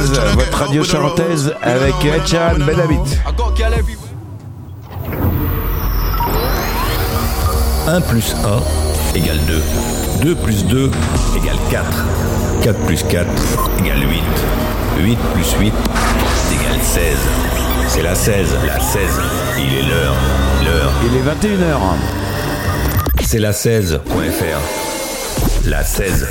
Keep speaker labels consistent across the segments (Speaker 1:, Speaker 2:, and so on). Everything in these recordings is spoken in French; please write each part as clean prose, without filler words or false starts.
Speaker 1: Charentaise, votre radio charentaise avec Ed Sheeran, Ben Habit.
Speaker 2: 1 plus 1 égale 2. 2 plus 2 égale 4. 4 plus 4 égale 8. 8 plus 8 égale 16. C'est la 16, la 16. Il est l'heure.
Speaker 1: Il est 21h.
Speaker 2: C'est la 16.fr. La 16.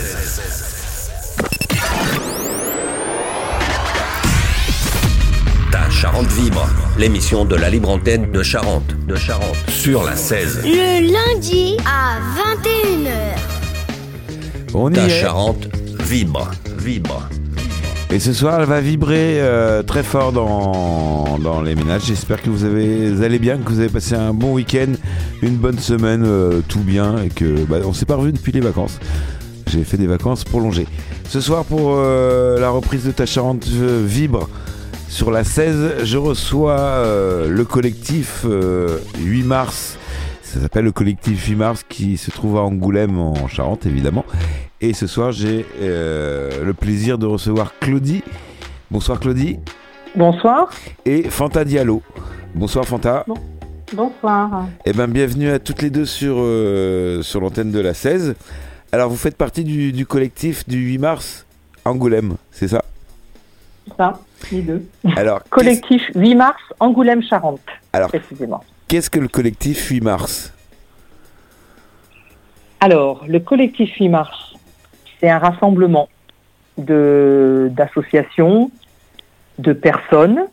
Speaker 2: Ta Charente vibre. L'émission de la libre antenne de Charente. Sur la 16.
Speaker 3: Le lundi à 21h.
Speaker 1: On y
Speaker 2: Ta
Speaker 1: est.
Speaker 2: Charente vibre.
Speaker 1: Et ce soir, elle va vibrer très fort dans les ménages. J'espère que vous allez bien, que vous avez passé un bon week-end, une bonne semaine, tout bien, et que on s'est pas revu depuis les vacances. J'ai fait des vacances prolongées. Ce soir, pour la reprise de Ta Charente vibre sur la 16, je reçois le collectif 8 mars. Ça s'appelle le collectif 8 mars qui se trouve à Angoulême en Charente, évidemment. Et ce soir, j'ai le plaisir de recevoir Claudie. Bonsoir Claudie.
Speaker 4: Bonsoir.
Speaker 1: Et Fanta Diallo. Bonsoir Fanta.
Speaker 4: Bonsoir.
Speaker 1: Eh bien, bienvenue à toutes les deux sur l'antenne de la 16. Alors, vous faites partie du collectif du 8 mars Angoulême, c'est ça ?
Speaker 4: C'est ça, les deux.
Speaker 1: Alors,
Speaker 4: Collectif 8 mars, Angoulême-Charente,
Speaker 1: alors,
Speaker 4: précisément.
Speaker 1: qu'est-ce que le collectif 8 mars ?
Speaker 4: Alors, le collectif 8 mars, c'est un rassemblement d'associations, de personnes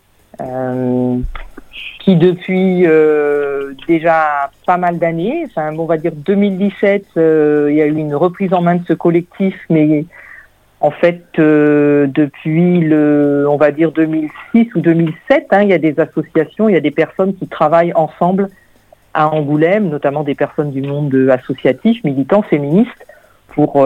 Speaker 4: qui depuis déjà pas mal d'années, enfin on va dire 2017, il y a eu une reprise en main de ce collectif, mais en fait depuis on va dire 2006 ou 2007, il y a des associations, il y a des personnes qui travaillent ensemble à Angoulême, notamment des personnes du monde associatif, militants, féministes, pour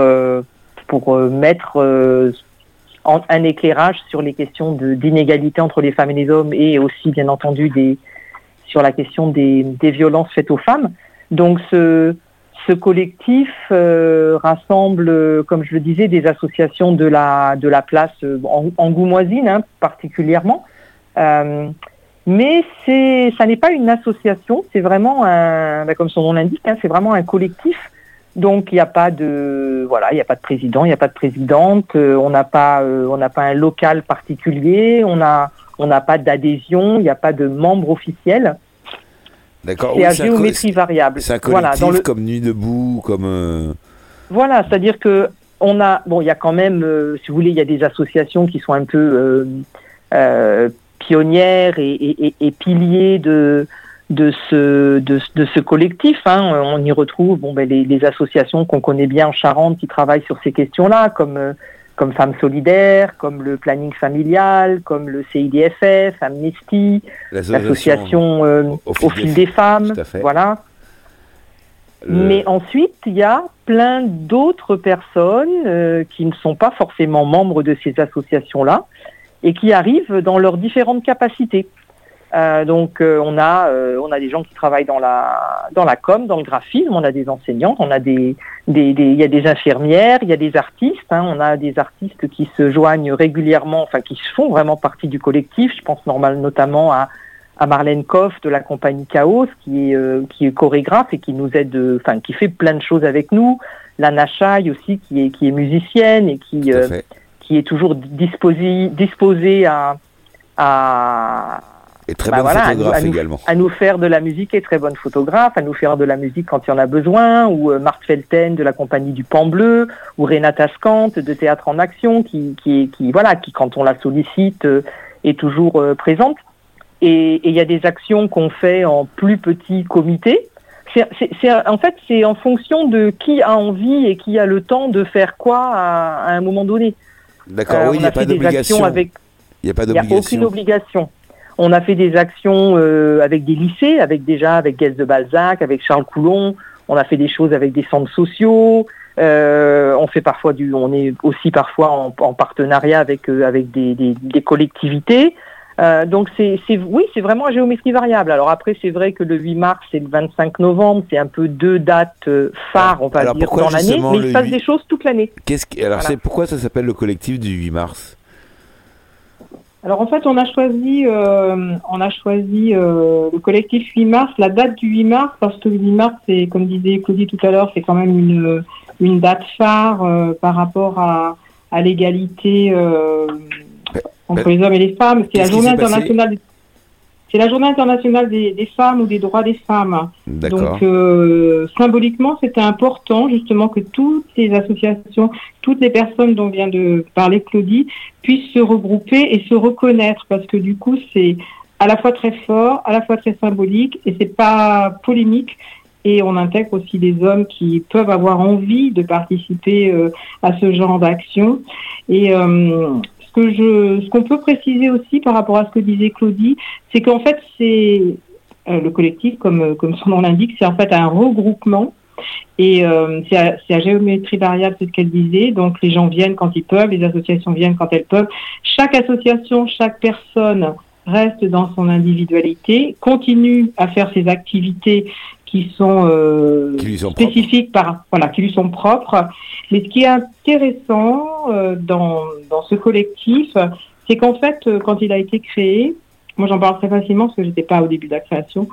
Speaker 4: mettre un éclairage sur les questions d'inégalité entre les femmes et les hommes, et aussi bien entendu sur la question des violences faites aux femmes. Donc ce collectif rassemble, comme je le disais, des associations de la place angoumoisine, particulièrement. Mais ça n'est pas une association, c'est vraiment comme son nom l'indique, c'est vraiment un collectif. Donc il n'y a pas de président, il n'y a pas de présidente, on n'a pas un local particulier, on n'a pas d'adhésion, il n'y a pas de membres officiels.
Speaker 1: D'accord.
Speaker 4: C'est à géométrie variable.
Speaker 1: C'est un collectif comme Nuit debout, comme. Voilà,
Speaker 4: c'est-à-dire que il y a quand même, si vous voulez, il y a des associations qui sont un peu pionnières et piliers de ce collectif. On y retrouve les associations qu'on connaît bien en Charente qui travaillent sur ces questions-là, comme Femmes Solidaires, comme le Planning Familial, comme le CIDFF, Amnesty, l'association Au Fil des Femmes. Voilà. Mais ensuite, il y a plein d'autres personnes qui ne sont pas forcément membres de ces associations-là et qui arrivent dans leurs différentes capacités. Donc on a des gens qui travaillent dans la com, dans le graphisme, on a des enseignants, on a il y a des infirmières, il y a des artistes, on a des artistes qui se joignent régulièrement, enfin qui font vraiment partie du collectif. Je pense notamment à Marlène Koff de la compagnie Chaos qui est chorégraphe et qui nous aide, qui fait plein de choses avec nous. Lana Chai aussi qui est musicienne et qui est toujours disposée à
Speaker 1: et très bonne photographe également.
Speaker 4: À nous faire de la musique, et très bonne photographe, à nous faire de la musique quand il y en a besoin, ou Marthe Felten de la compagnie du Pan Bleu, ou Renata Scant de Théâtre en Action, qui quand on la sollicite, est toujours présente. Et il y a des actions qu'on fait en plus petit comité. En fait, c'est en fonction de qui a envie et qui a le temps de faire quoi à un moment donné.
Speaker 1: D'accord, oui, il n'y a pas d'obligation. Il n'y a pas d'obligation.
Speaker 4: Il n'y a aucune obligation. On a fait des actions avec des lycées, avec Guest de Balzac, avec Charles Coulon. On a fait des choses avec des centres sociaux. On est aussi parfois en partenariat avec des collectivités. Donc c'est vraiment à géométrie variable. Alors après, c'est vrai que le 8 mars et le 25 novembre, c'est un peu deux dates phares, on va dire, dans l'année, mais il se passe des choses toute l'année.
Speaker 1: Pourquoi ça s'appelle le collectif du 8 mars ?
Speaker 5: Alors en fait, on a choisi le collectif 8 mars, la date du 8 mars, parce que le 8 mars, c'est, comme disait Claudie tout à l'heure, c'est quand même une date phare par rapport à l'égalité entre les hommes et les femmes. C'est la journée internationale. C'est la journée internationale des femmes ou des droits des femmes.
Speaker 1: D'accord.
Speaker 5: Donc, symboliquement, c'était important justement que toutes les associations, toutes les personnes dont vient de parler Claudie, puissent se regrouper et se reconnaître, parce que du coup, c'est à la fois très fort, à la fois très symbolique, et c'est pas polémique. Et on intègre aussi des hommes qui peuvent avoir envie de participer à ce genre d'action. Et ce qu'on peut préciser aussi par rapport à ce que disait Claudie, c'est qu'en fait, c'est le collectif, comme son nom l'indique, c'est en fait un regroupement. Et c'est à géométrie variable, c'est ce qu'elle disait. Donc les gens viennent quand ils peuvent, les associations viennent quand elles peuvent. Chaque association, chaque personne reste dans son individualité, continue à faire ses activités qui sont spécifiques, qui lui sont propres. Mais ce qui est intéressant dans ce collectif, c'est qu'en fait, quand il a été créé, moi j'en parle très facilement parce que j'étais pas au début de la création,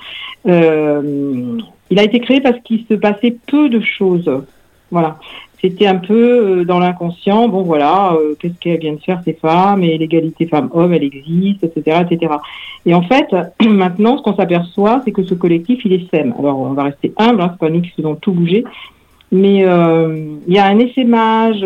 Speaker 5: il a été créé parce qu'il se passait peu de choses. Voilà. C'était un peu dans l'inconscient, bon voilà, qu'est-ce qu'elles viennent faire ces femmes, et l'égalité femmes-hommes, elle existe, etc., etc. Et en fait, maintenant, ce qu'on s'aperçoit, c'est que ce collectif, il essaime. Alors, on va rester humble, c'est pas nous qui faisons tout bouger, mais il y a un essaimage,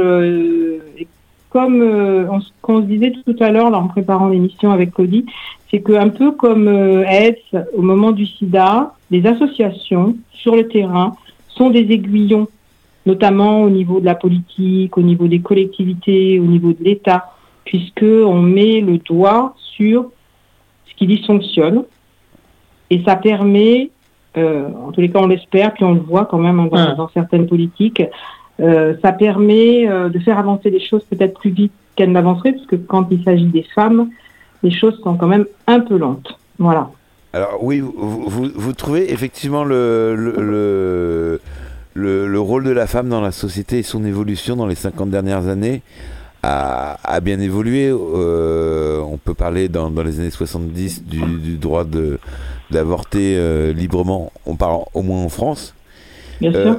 Speaker 5: comme qu'on se disait tout à l'heure, en préparant l'émission avec Claudie, c'est qu'un peu comme AIDS, au moment du sida, les associations, sur le terrain, sont des aiguillons, notamment au niveau de la politique, au niveau des collectivités, au niveau de l'État, puisqu'on met le doigt sur ce qui dysfonctionne. Et ça permet, en tous les cas on l'espère, puis on le voit quand même dans certaines politiques, ça permet de faire avancer les choses peut-être plus vite qu'elles n'avanceraient, parce que quand il s'agit des femmes, les choses sont quand même un peu lentes. Voilà.
Speaker 1: Alors oui, vous trouvez effectivement le rôle de la femme dans la société et son évolution dans les 50 dernières années a bien évolué. On peut parler dans les années 70 du droit d'avorter librement, on parle au moins en France.
Speaker 5: Bien sûr.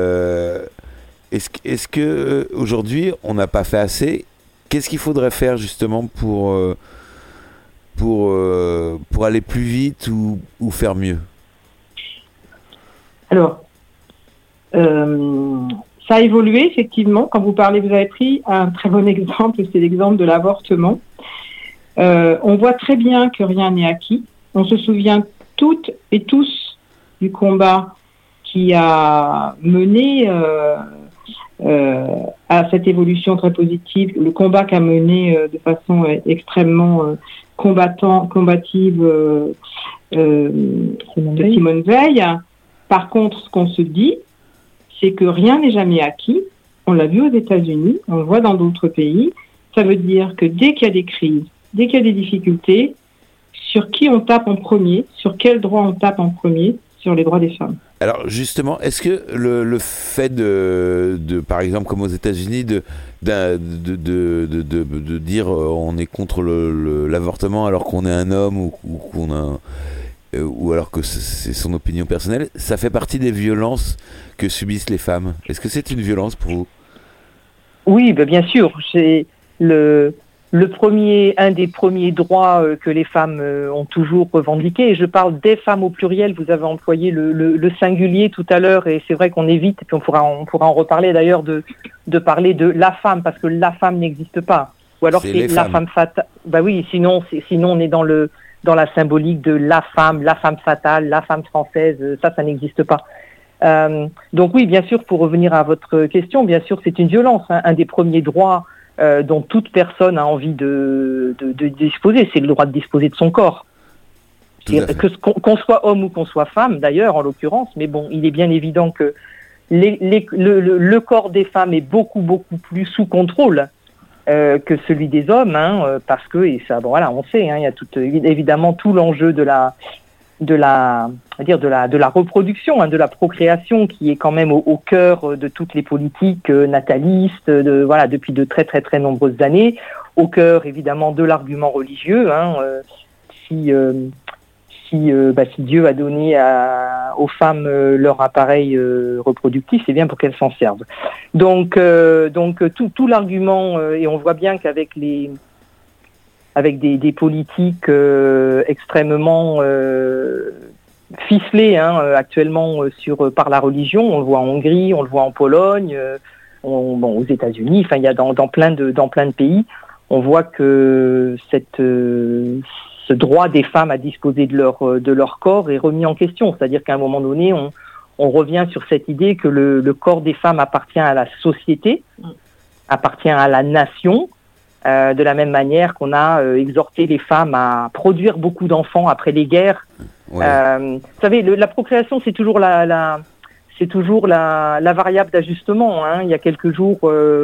Speaker 1: Est-ce que aujourd'hui on n'a pas fait assez? Qu'est-ce qu'il faudrait faire justement pour aller plus vite ou faire mieux?
Speaker 5: Alors, ça a évolué, effectivement. Quand vous parlez, vous avez pris un très bon exemple, c'est l'exemple de l'avortement. On voit très bien que rien n'est acquis. On se souvient toutes et tous du combat qui a mené à cette évolution très positive, le combat qu'a mené de façon extrêmement combative Simone Veil. Par contre, ce qu'on se dit, c'est que rien n'est jamais acquis. On l'a vu aux États-Unis, on le voit dans d'autres pays. Ça veut dire que dès qu'il y a des crises, dès qu'il y a des difficultés, sur qui on tape en premier, sur quel droit on tape en premier? Sur les droits des femmes.
Speaker 1: Alors justement, est-ce que le fait de par exemple comme aux États-Unis de dire on est contre l'avortement alors qu'on est un homme ou alors que c'est son opinion personnelle, ça fait partie des violences que subissent les femmes? Est-ce que c'est une violence pour vous?
Speaker 4: Oui, bien sûr. C'est un des premiers droits que les femmes ont toujours revendiqué. Et je parle des femmes au pluriel. Vous avez employé le singulier tout à l'heure, et c'est vrai qu'on évite, et puis on pourra en reparler d'ailleurs, de parler de la femme, parce que la femme n'existe pas. Ou alors c'est la femme fatale. Bah oui, sinon on est dans la symbolique de la femme fatale, la femme française. Ça n'existe pas. Donc oui, bien sûr, pour revenir à votre question, bien sûr, c'est une violence. Un des premiers droits dont toute personne a envie de disposer, c'est le droit de disposer de son corps. Qu'on soit homme ou qu'on soit femme, d'ailleurs, en l'occurrence, mais bon, il est bien évident que le corps des femmes est beaucoup, beaucoup plus sous contrôle que celui des hommes, parce que, et ça, bon, voilà, on sait, il y a évidemment tout l'enjeu de de la reproduction, de la procréation, qui est quand même au cœur de toutes les politiques natalistes, depuis de très très très nombreuses années, au cœur évidemment de l'argument religieux. Si Dieu a donné aux femmes leur appareil reproductif, c'est bien pour qu'elles s'en servent. Donc tout l'argument, et on voit bien qu'avec des politiques extrêmement ficelées actuellement par la religion, on le voit en Hongrie, on le voit en Pologne, aux États-Unis, il y a dans plein de pays, on voit que ce droit des femmes à disposer de leur corps est remis en question. C'est-à-dire qu'à un moment donné, on revient sur cette idée que le corps des femmes appartient à la société, appartient à la nation, de la même manière qu'on a exhorté les femmes à produire beaucoup d'enfants après les guerres. Ouais. Vous savez, la procréation, c'est toujours la variable d'ajustement. Il y a quelques jours,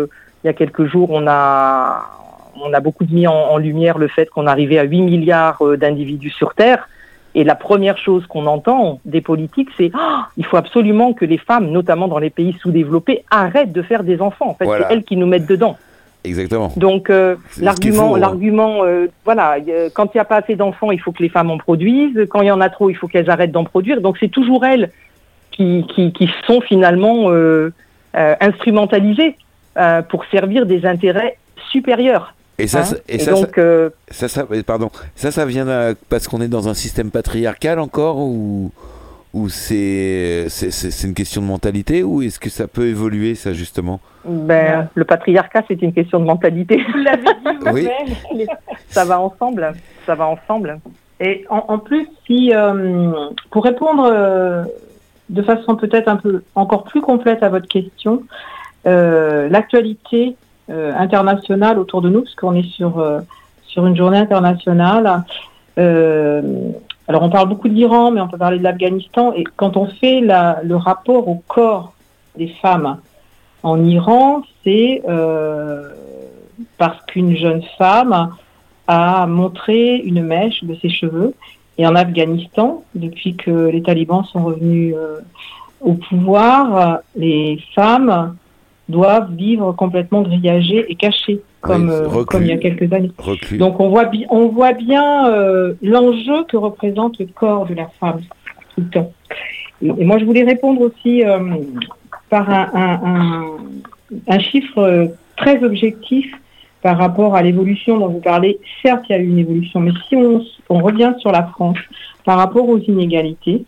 Speaker 4: on a beaucoup mis en lumière le fait qu'on arrivait à 8 milliards d'individus sur Terre. Et la première chose qu'on entend des politiques, c'est il faut absolument que les femmes, notamment dans les pays sous-développés, arrêtent de faire des enfants. En fait, voilà. C'est elles qui nous mettent dedans.
Speaker 1: Exactement.
Speaker 4: Donc l'argument, quand il n'y a pas assez d'enfants, il faut que les femmes en produisent. Quand il y en a trop, il faut qu'elles arrêtent d'en produire. Donc c'est toujours elles qui sont finalement instrumentalisées pour servir des intérêts supérieurs.
Speaker 1: Et ça vient parce qu'on est dans un système patriarcal encore, ou c'est une question de mentalité, ou est-ce que ça peut évoluer, ça, justement?
Speaker 4: Le patriarcat, c'est une question de mentalité.
Speaker 5: Vous l'avez dit vous-même.
Speaker 1: Oui.
Speaker 4: Ça va ensemble.
Speaker 5: Et en plus, pour répondre de façon peut-être un peu encore plus complète à votre question, l'actualité internationale autour de nous, parce qu'on est sur une journée internationale. Alors on parle beaucoup de l'Iran, mais on peut parler de l'Afghanistan. Et quand on fait le rapport au corps des femmes en Iran, c'est parce qu'une jeune femme a montré une mèche de ses cheveux. Et en Afghanistan, depuis que les talibans sont revenus au pouvoir, les femmes doivent vivre complètement grillagées et cachées, comme il y a quelques années.
Speaker 1: Reclus.
Speaker 5: Donc on voit bien l'enjeu que représente le corps de la femme tout le temps. Et moi je voulais répondre aussi par un chiffre très objectif par rapport à l'évolution dont vous parlez. Certes, il y a eu une évolution, mais si on revient sur la France par rapport aux inégalités,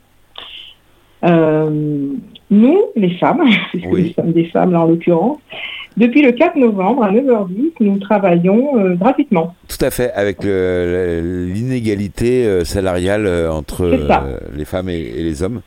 Speaker 5: nous, les femmes, puisque nous sommes des femmes là en l'occurrence, depuis le 4 novembre à 9h10, nous travaillons gratuitement.
Speaker 1: Tout à fait, avec l'inégalité salariale entre les femmes et les hommes.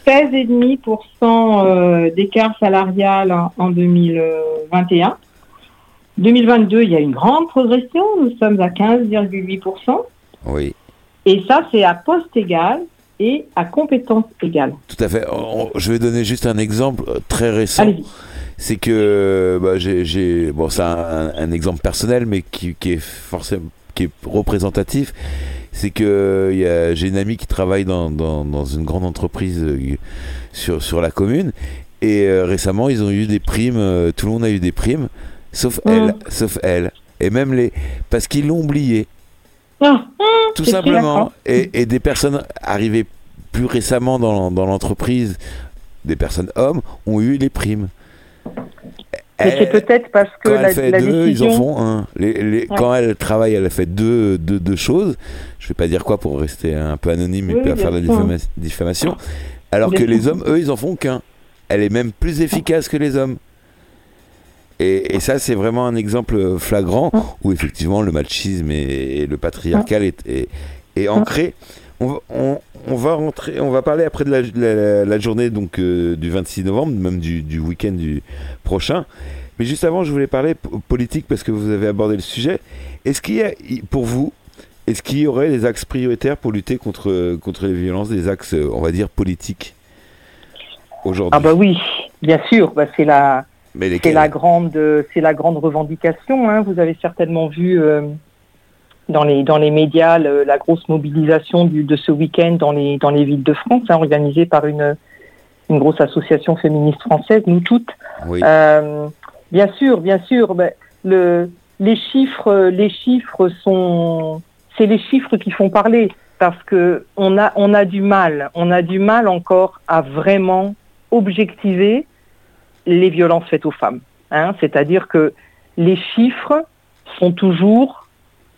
Speaker 5: 16,5% d'écart salarial en 2021. 2022, il y a une grande progression, nous sommes à 15,8%.
Speaker 1: Oui.
Speaker 5: Et ça, c'est à poste égal et à compétence égale.
Speaker 1: Tout à fait. Je vais donner juste un exemple très récent.
Speaker 5: Allez-y.
Speaker 1: C'est que c'est un exemple personnel, mais qui est représentatif. C'est que j'ai une amie qui travaille dans une grande entreprise sur la commune, et récemment ils ont eu des primes. Tout le monde a eu des primes, sauf elle, et même parce qu'ils l'ont oublié. Tout simplement. Et des personnes arrivées plus récemment dans l'entreprise, des personnes hommes, ont eu les primes.
Speaker 4: Mais c'est peut-être parce que
Speaker 1: quand elle fait
Speaker 4: la
Speaker 1: deux,
Speaker 4: décision...
Speaker 1: ils en font un. Quand elle travaille, elle a fait deux choses. Je vais pas dire quoi pour rester un peu anonyme et pas faire de la diffamation. Alors que les hommes, eux, ils en font qu'un. Elle est même plus efficace que les hommes. Et ça, c'est vraiment un exemple flagrant où effectivement le machisme et le patriarcal est ancré. On va parler après de la journée donc du 26 novembre, même du week-end du prochain. Mais juste avant, je voulais parler politique parce que vous avez abordé le sujet. Est-ce qu'il y a, pour vous, y aurait des axes prioritaires pour lutter contre les violences, des axes, on va dire, politiques aujourd'hui?
Speaker 4: Ah bah oui, bien sûr. C'est la grande revendication. Vous avez certainement vu dans les médias la grosse mobilisation de ce week-end dans les villes de France, organisée par une grosse association féministe française, Nous Toutes.
Speaker 1: Oui.
Speaker 4: Bien sûr, les chiffres c'est les chiffres qui font parler, parce que on a du mal encore à vraiment objectiver les violences faites aux femmes. C'est-à-dire que les chiffres sont toujours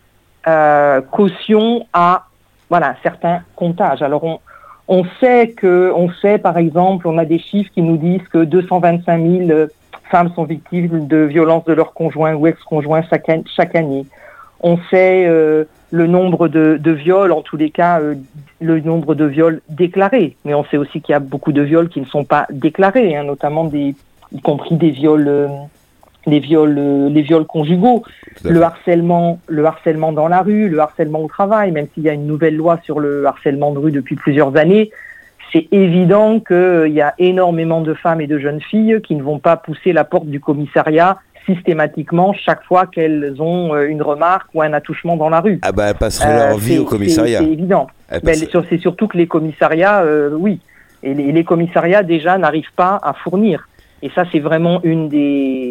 Speaker 4: caution à certains comptages. Alors on sait par exemple, on a des chiffres qui nous disent que 225 000 femmes sont victimes de violences de leur conjoint ou ex-conjoint chaque année. On sait le nombre de viols, en tous les cas, le nombre de viols déclarés. Mais on sait aussi qu'il y a beaucoup de viols qui ne sont pas déclarés, notamment y compris des viols, les viols conjugaux, le harcèlement dans la rue, le harcèlement au travail. Même s'il y a une nouvelle loi sur le harcèlement de rue depuis plusieurs années, c'est évident qu'il y a énormément de femmes et de jeunes filles qui ne vont pas pousser la porte du commissariat systématiquement chaque fois qu'elles ont une remarque ou un attouchement dans la rue.
Speaker 1: Elles passeraient leur vie au commissariat.
Speaker 4: C'est évident. C'est surtout que les commissariats, oui. Et les commissariats déjà n'arrivent pas à fournir. Et ça, c'est vraiment une des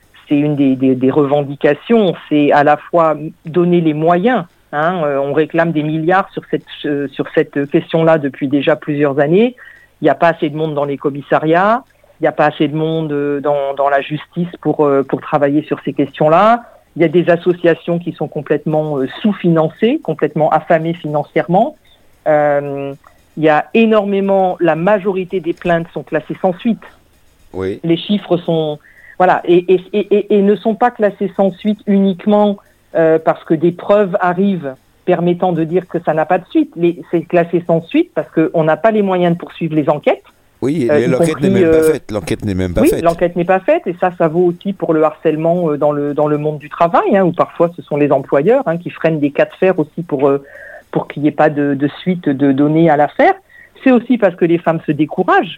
Speaker 4: revendications. C'est à la fois donner les moyens. On réclame des milliards sur cette question-là depuis déjà plusieurs années. Il n'y a pas assez de monde dans les commissariats. Il n'y a pas assez de monde dans la justice pour travailler sur ces questions-là. Il y a des associations qui sont complètement sous-financées, complètement affamées financièrement. Il y a énormément, la majorité des plaintes sont classées sans suite.
Speaker 1: Oui.
Speaker 4: Les chiffres sont, et ne sont pas classés sans suite uniquement parce que des preuves arrivent permettant de dire que ça n'a pas de suite. C'est classé sans suite parce qu'on n'a pas les moyens de poursuivre les enquêtes.
Speaker 1: Oui, l'enquête n'est même pas faite. L'enquête n'est même pas faite.
Speaker 4: Oui, l'enquête n'est pas faite, et ça vaut aussi pour le harcèlement dans le monde du travail, où parfois ce sont les employeurs qui freinent des cas de fer aussi pour qu'il n'y ait pas de suite de données à l'affaire. C'est aussi parce que les femmes se découragent.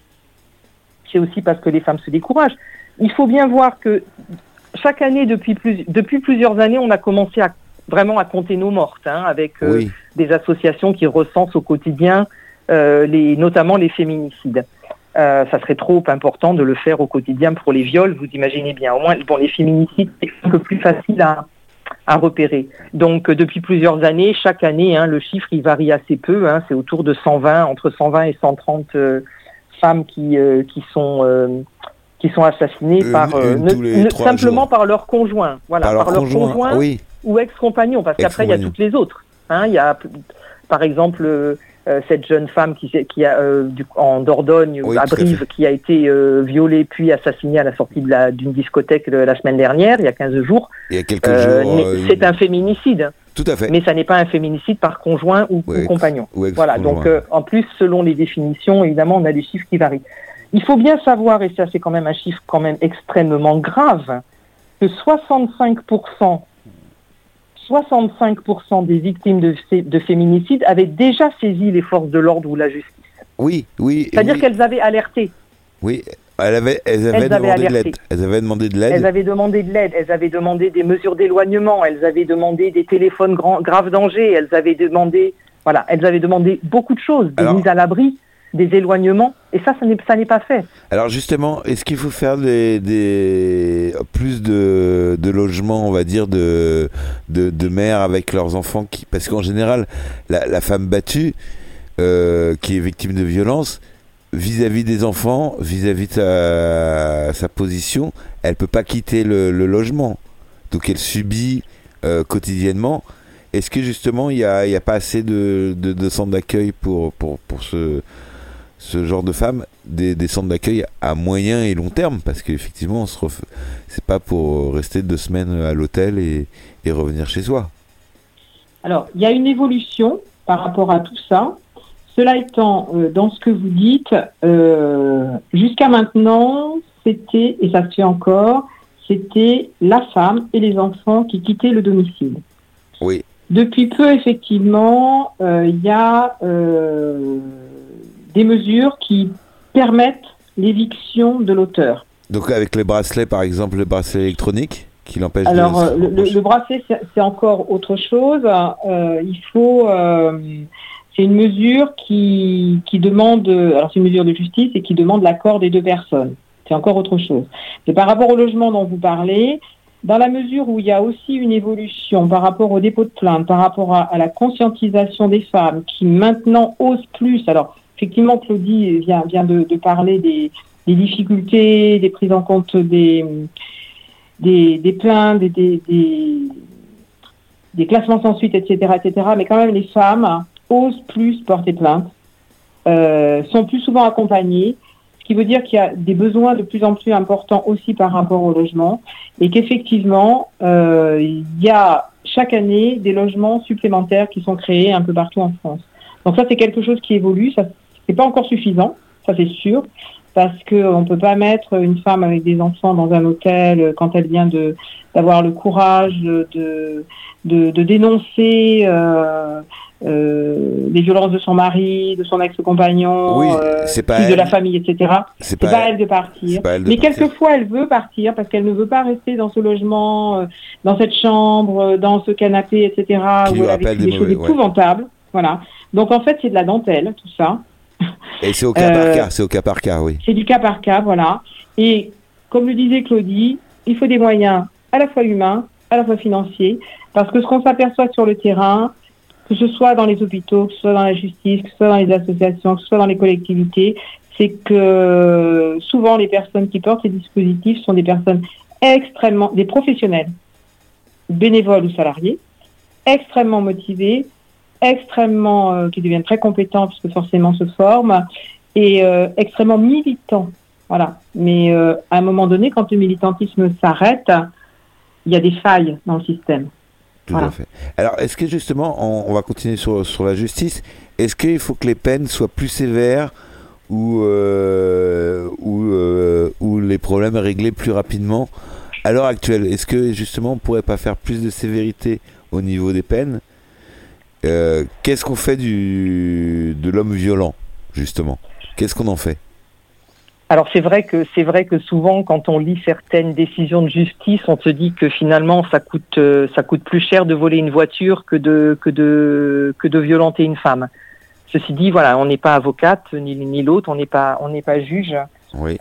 Speaker 4: Il faut bien voir que chaque année, depuis plusieurs années, on a commencé vraiment à compter nos mortes, avec des associations qui recensent au quotidien notamment les féminicides. Ça serait trop important de le faire au quotidien pour les viols, vous imaginez bien. Au moins, les féminicides, c'est un peu plus facile à repérer. Donc, depuis plusieurs années, chaque année, le chiffre, il varie assez peu. C'est autour de 120, entre 120 et 130 femmes qui sont assassinées simplement par leur conjoint. Voilà, par leur conjoint ou ex-compagnon, parce qu'après, il y a toutes les autres. Il y a, par exemple, cette jeune femme qui a en Dordogne, à Brive, qui a été violée puis assassinée à la sortie d'une discothèque la semaine dernière, il y a 15 jours.
Speaker 1: Il y a quelques jours.
Speaker 4: C'est un féminicide.
Speaker 1: Tout à fait.
Speaker 4: Mais ça n'est pas un féminicide par conjoint ou compagnon. Voilà. Donc, en plus, selon les définitions, évidemment, on a des chiffres qui varient. Il faut bien savoir, et ça c'est quand même un chiffre quand même extrêmement grave, que 65% des victimes de féminicide avaient déjà saisi les forces de l'ordre ou la justice.
Speaker 1: Oui.
Speaker 4: C'est-à-dire qu'elles avaient alerté.
Speaker 1: Oui, elles avaient demandé de l'aide. Elles avaient demandé de l'aide. Elles avaient demandé des mesures d'éloignement. Elles avaient demandé des téléphones grave danger. Elles avaient demandé beaucoup de choses, des mises à l'abri, des éloignements, et ça n'est pas fait. Alors justement, est-ce qu'il faut faire plus de logements, on va dire, de mères avec leurs enfants parce qu'en général, la femme battue qui est victime de violence, vis-à-vis des enfants, vis-à-vis de sa position, elle peut pas quitter le logement. Donc elle subit quotidiennement. Est-ce que justement, il y a pas assez de centres d'accueil pour ce genre de femmes, des centres d'accueil à moyen et long terme, parce qu'effectivement, c'est pas pour rester 2 semaines à l'hôtel et revenir chez soi.
Speaker 5: Alors, il y a une évolution par rapport à tout ça. Cela étant, dans ce que vous dites, jusqu'à maintenant, c'était, et ça se fait encore, c'était la femme et les enfants qui quittaient le domicile.
Speaker 1: Oui.
Speaker 5: Depuis peu, effectivement, il y a des mesures qui permettent l'éviction de l'auteur.
Speaker 1: Donc avec les bracelets, par exemple, le bracelet électronique qui l'empêche
Speaker 5: Alors,
Speaker 1: de se rapprocher.
Speaker 5: le bracelet, c'est encore autre chose. C'est une mesure qui demande, alors c'est une mesure de justice et qui demande l'accord des deux personnes. C'est encore autre chose. C'est par rapport au logement dont vous parlez, dans la mesure où il y a aussi une évolution par rapport au dépôt de plainte, par rapport à la conscientisation des femmes qui maintenant osent plus. Alors, effectivement, Claudie vient de parler des difficultés, des prises en compte des plaintes, des classements sans suite, etc., etc. Mais quand même, les femmes osent plus porter plainte, sont plus souvent accompagnées, ce qui veut dire qu'il y a des besoins de plus en plus importants aussi par rapport au logement, et qu'effectivement, il y a chaque année des logements supplémentaires qui sont créés un peu partout en France. Donc ça, c'est quelque chose qui évolue. Ça, c'est pas encore suffisant, ça c'est sûr, parce qu'on ne peut pas mettre une femme avec des enfants dans un hôtel quand elle vient d'avoir le courage de dénoncer les violences de son mari, de son ex-compagnon,
Speaker 1: Oui, c'est pas
Speaker 5: de
Speaker 1: elle.
Speaker 5: la famille, etc. C'est pas elle de partir.
Speaker 1: C'est pas elle de
Speaker 5: Mais
Speaker 1: partir.
Speaker 5: quelquefois, elle veut partir parce qu'elle ne veut pas rester dans ce logement, dans cette chambre, dans ce canapé, etc.
Speaker 1: Qui
Speaker 5: où
Speaker 1: lui
Speaker 5: elle a
Speaker 1: rappelle
Speaker 5: vécu
Speaker 1: des
Speaker 5: des choses
Speaker 1: mauvais- ouais.
Speaker 5: épouvantables. Voilà. Donc en fait, c'est de la dentelle, tout ça.
Speaker 1: Et c'est au cas par cas, c'est au cas par cas, oui.
Speaker 5: C'est du cas par cas, voilà. Et comme le disait Claudie, il faut des moyens à la fois humains, à la fois financiers, parce que ce qu'on s'aperçoit sur le terrain, que ce soit dans les hôpitaux, que ce soit dans la justice, que ce soit dans les associations, que ce soit dans les collectivités, c'est que souvent les personnes qui portent ces dispositifs sont des personnes des professionnels, bénévoles ou salariés, extrêmement motivés, qui deviennent très compétents puisque forcément se forment, et extrêmement militants. Voilà. Mais à un moment donné, quand le militantisme s'arrête, il y a des failles dans le système.
Speaker 1: Tout
Speaker 5: Voilà.
Speaker 1: à fait. Alors, est-ce que justement, on va continuer sur la justice, est-ce qu'il faut que les peines soient plus sévères ou les problèmes réglés plus rapidement à l'heure actuelle? Est-ce que justement, on pourrait pas faire plus de sévérité au niveau des peines? Qu'est-ce qu'on fait de l'homme violent, justement? Qu'est-ce qu'on en fait?
Speaker 4: Alors c'est vrai que souvent quand on lit certaines décisions de justice, on se dit que finalement ça coûte plus cher de voler une voiture que de violenter une femme. Ceci dit, voilà, on n'est pas avocate ni l'une ni l'autre, on n'est pas juge.
Speaker 1: Oui.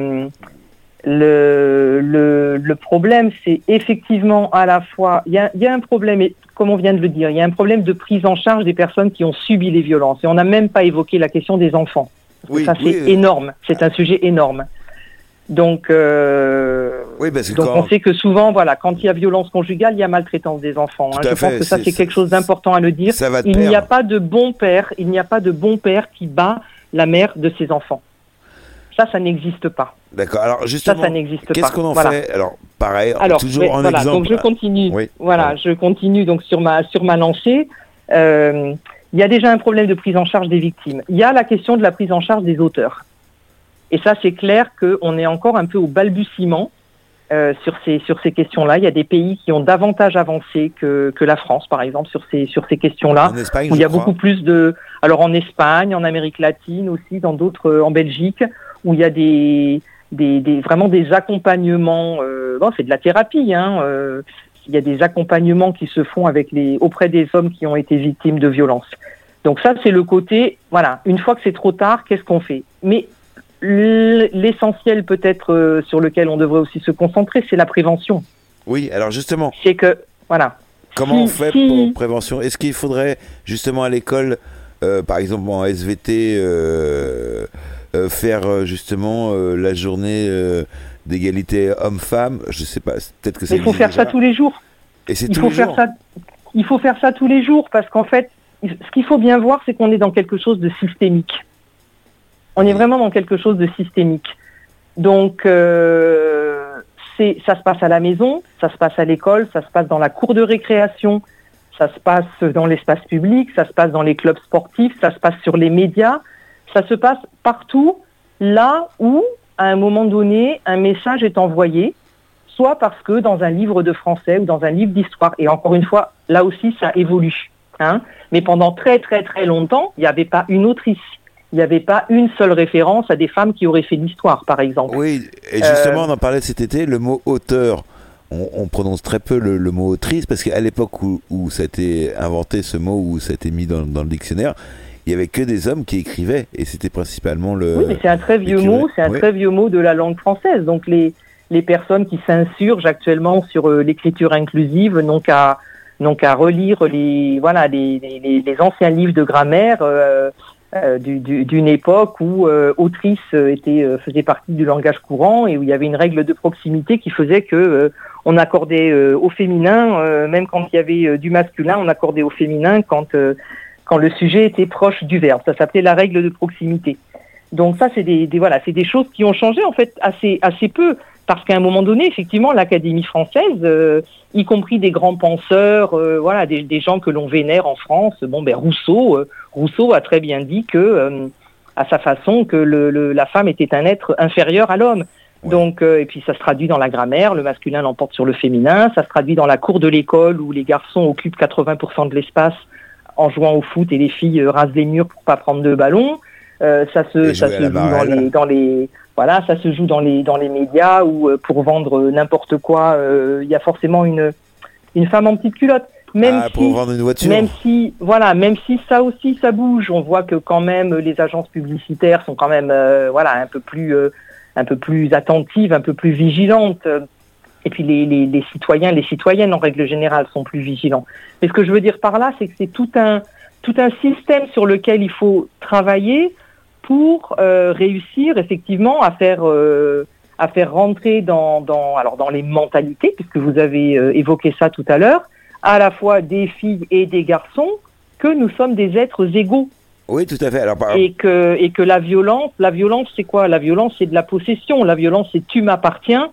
Speaker 4: Le problème, c'est effectivement à la fois, il y a un problème, et comme on vient de le dire, il y a un problème de prise en charge des personnes qui ont subi les violences. Et on n'a même pas évoqué la question des enfants.
Speaker 1: Oui,
Speaker 4: Ça, c'est énorme. C'est un sujet énorme. Donc,
Speaker 1: oui, parce que
Speaker 4: donc on sait que souvent, voilà, quand il y a violence conjugale, il y a maltraitance des enfants.
Speaker 1: Tout
Speaker 4: Je
Speaker 1: à
Speaker 4: pense
Speaker 1: fait,
Speaker 4: que ça, c'est quelque chose d'important à le dire.
Speaker 1: ça va de
Speaker 4: Il n'y
Speaker 1: pair.
Speaker 4: a pas de bon père, qui bat la mère de ses enfants. Ça n'existe pas.
Speaker 1: D'accord. Alors justement,
Speaker 4: Ça n'existe pas.
Speaker 1: qu'est-ce qu'on en
Speaker 4: Voilà.
Speaker 1: fait? Alors pareil,
Speaker 4: Alors,
Speaker 1: toujours
Speaker 4: mais
Speaker 1: en
Speaker 4: voilà,
Speaker 1: exemple.
Speaker 4: donc je continue.
Speaker 1: Oui.
Speaker 4: Voilà,
Speaker 1: Pardon.
Speaker 4: je continue donc sur ma lancée. Il y a déjà un problème de prise en charge des victimes. Il y a la question de la prise en charge des auteurs. Et ça, c'est clair qu'on est encore un peu au balbutiement sur ces questions-là. Il y a des pays qui ont davantage avancé que la France, par exemple, sur ces questions-là.
Speaker 1: En Espagne,
Speaker 4: Où il y a
Speaker 1: je crois.
Speaker 4: beaucoup plus de... Alors en Espagne, en Amérique latine aussi, dans d'autres, en Belgique, où il y a vraiment des accompagnements. Bon, c'est de la thérapie, hein. Il y a des accompagnements qui se font auprès des hommes qui ont été victimes de violences. Donc ça, c'est le côté, voilà, une fois que c'est trop tard, qu'est-ce qu'on fait? Mais l'essentiel peut-être sur lequel on devrait aussi se concentrer, c'est la prévention.
Speaker 1: Oui, alors justement,
Speaker 4: C'est que, voilà.
Speaker 1: comment on fait pour prévention? Est-ce qu'il faudrait justement à l'école, par exemple en SVT, faire justement la journée d'égalité homme-femme? Je sais pas, peut-être que ça
Speaker 4: Mais il faut
Speaker 1: existe
Speaker 4: faire ça
Speaker 1: déjà.
Speaker 4: tous les jours.
Speaker 1: Et c'est
Speaker 4: Il
Speaker 1: tous
Speaker 4: faut
Speaker 1: les
Speaker 4: faire
Speaker 1: jours.
Speaker 4: ça. Il faut faire ça tous les jours parce qu'en fait, ce qu'il faut bien voir, c'est qu'on est dans quelque chose de systémique. On est vraiment dans quelque chose de systémique. Donc, ça se passe à la maison, ça se passe à l'école, ça se passe dans la cour de récréation, ça se passe dans l'espace public, ça se passe dans les clubs sportifs, ça se passe sur les médias, ça se passe partout là où, à un moment donné, un message est envoyé, soit parce que dans un livre de français ou dans un livre d'histoire, et encore une fois, là aussi, ça évolue. Hein. Mais pendant très très très longtemps, il n'y avait pas une autrice. Il n'y avait pas une seule référence à des femmes qui auraient fait l'histoire, par exemple.
Speaker 1: Oui, et justement, on en parlait cet été, le mot auteur on prononce très peu le mot autrice, parce qu'à l'époque où ça a été inventé ce mot, où ça a été mis dans le dictionnaire, il y avait que des hommes qui écrivaient, et c'était principalement le...
Speaker 4: Oui, mais c'est un très vieux mot, très vieux mot de la langue française. Donc les personnes qui s'insurgent actuellement sur l'écriture inclusive n'ont qu'à relire les anciens livres de grammaire d'une époque où autrice faisait partie du langage courant, et où il y avait une règle de proximité qui faisait que on accordait au féminin, même quand il y avait du masculin, on accordait au féminin quand le sujet était proche du verbe. Ça s'appelait la règle de proximité. Donc ça, c'est des choses qui ont changé en fait assez peu, parce qu'à un moment donné, effectivement, l'Académie française, y compris des grands penseurs, des gens que l'on vénère en France. Rousseau a très bien dit que, à sa façon, que la femme était un être inférieur à l'homme. Ouais. Donc, et puis ça se traduit dans la grammaire, le masculin l'emporte sur le féminin. Ça se traduit dans la cour de l'école où les garçons occupent 80% de l'espace en jouant au foot et les filles rasent les murs pour pas prendre de ballon. Ça se joue dans les médias où pour vendre n'importe quoi, il y a forcément une femme en petite culotte.
Speaker 1: Pour vendre une voiture.
Speaker 4: Même si ça aussi ça bouge, on voit que quand même les agences publicitaires sont quand même un peu plus attentives, un peu plus vigilantes. Et puis les citoyens, les citoyennes en règle générale sont plus vigilants. Mais ce que je veux dire par là, c'est que c'est tout un système sur lequel il faut travailler pour réussir effectivement à faire rentrer dans les mentalités, puisque vous avez évoqué ça tout à l'heure, à la fois des filles et des garçons, que nous sommes des êtres égaux.
Speaker 1: Oui, tout à fait.
Speaker 4: Et que la violence, c'est quoi ? La violence, c'est de la possession. La violence, c'est tu m'appartiens.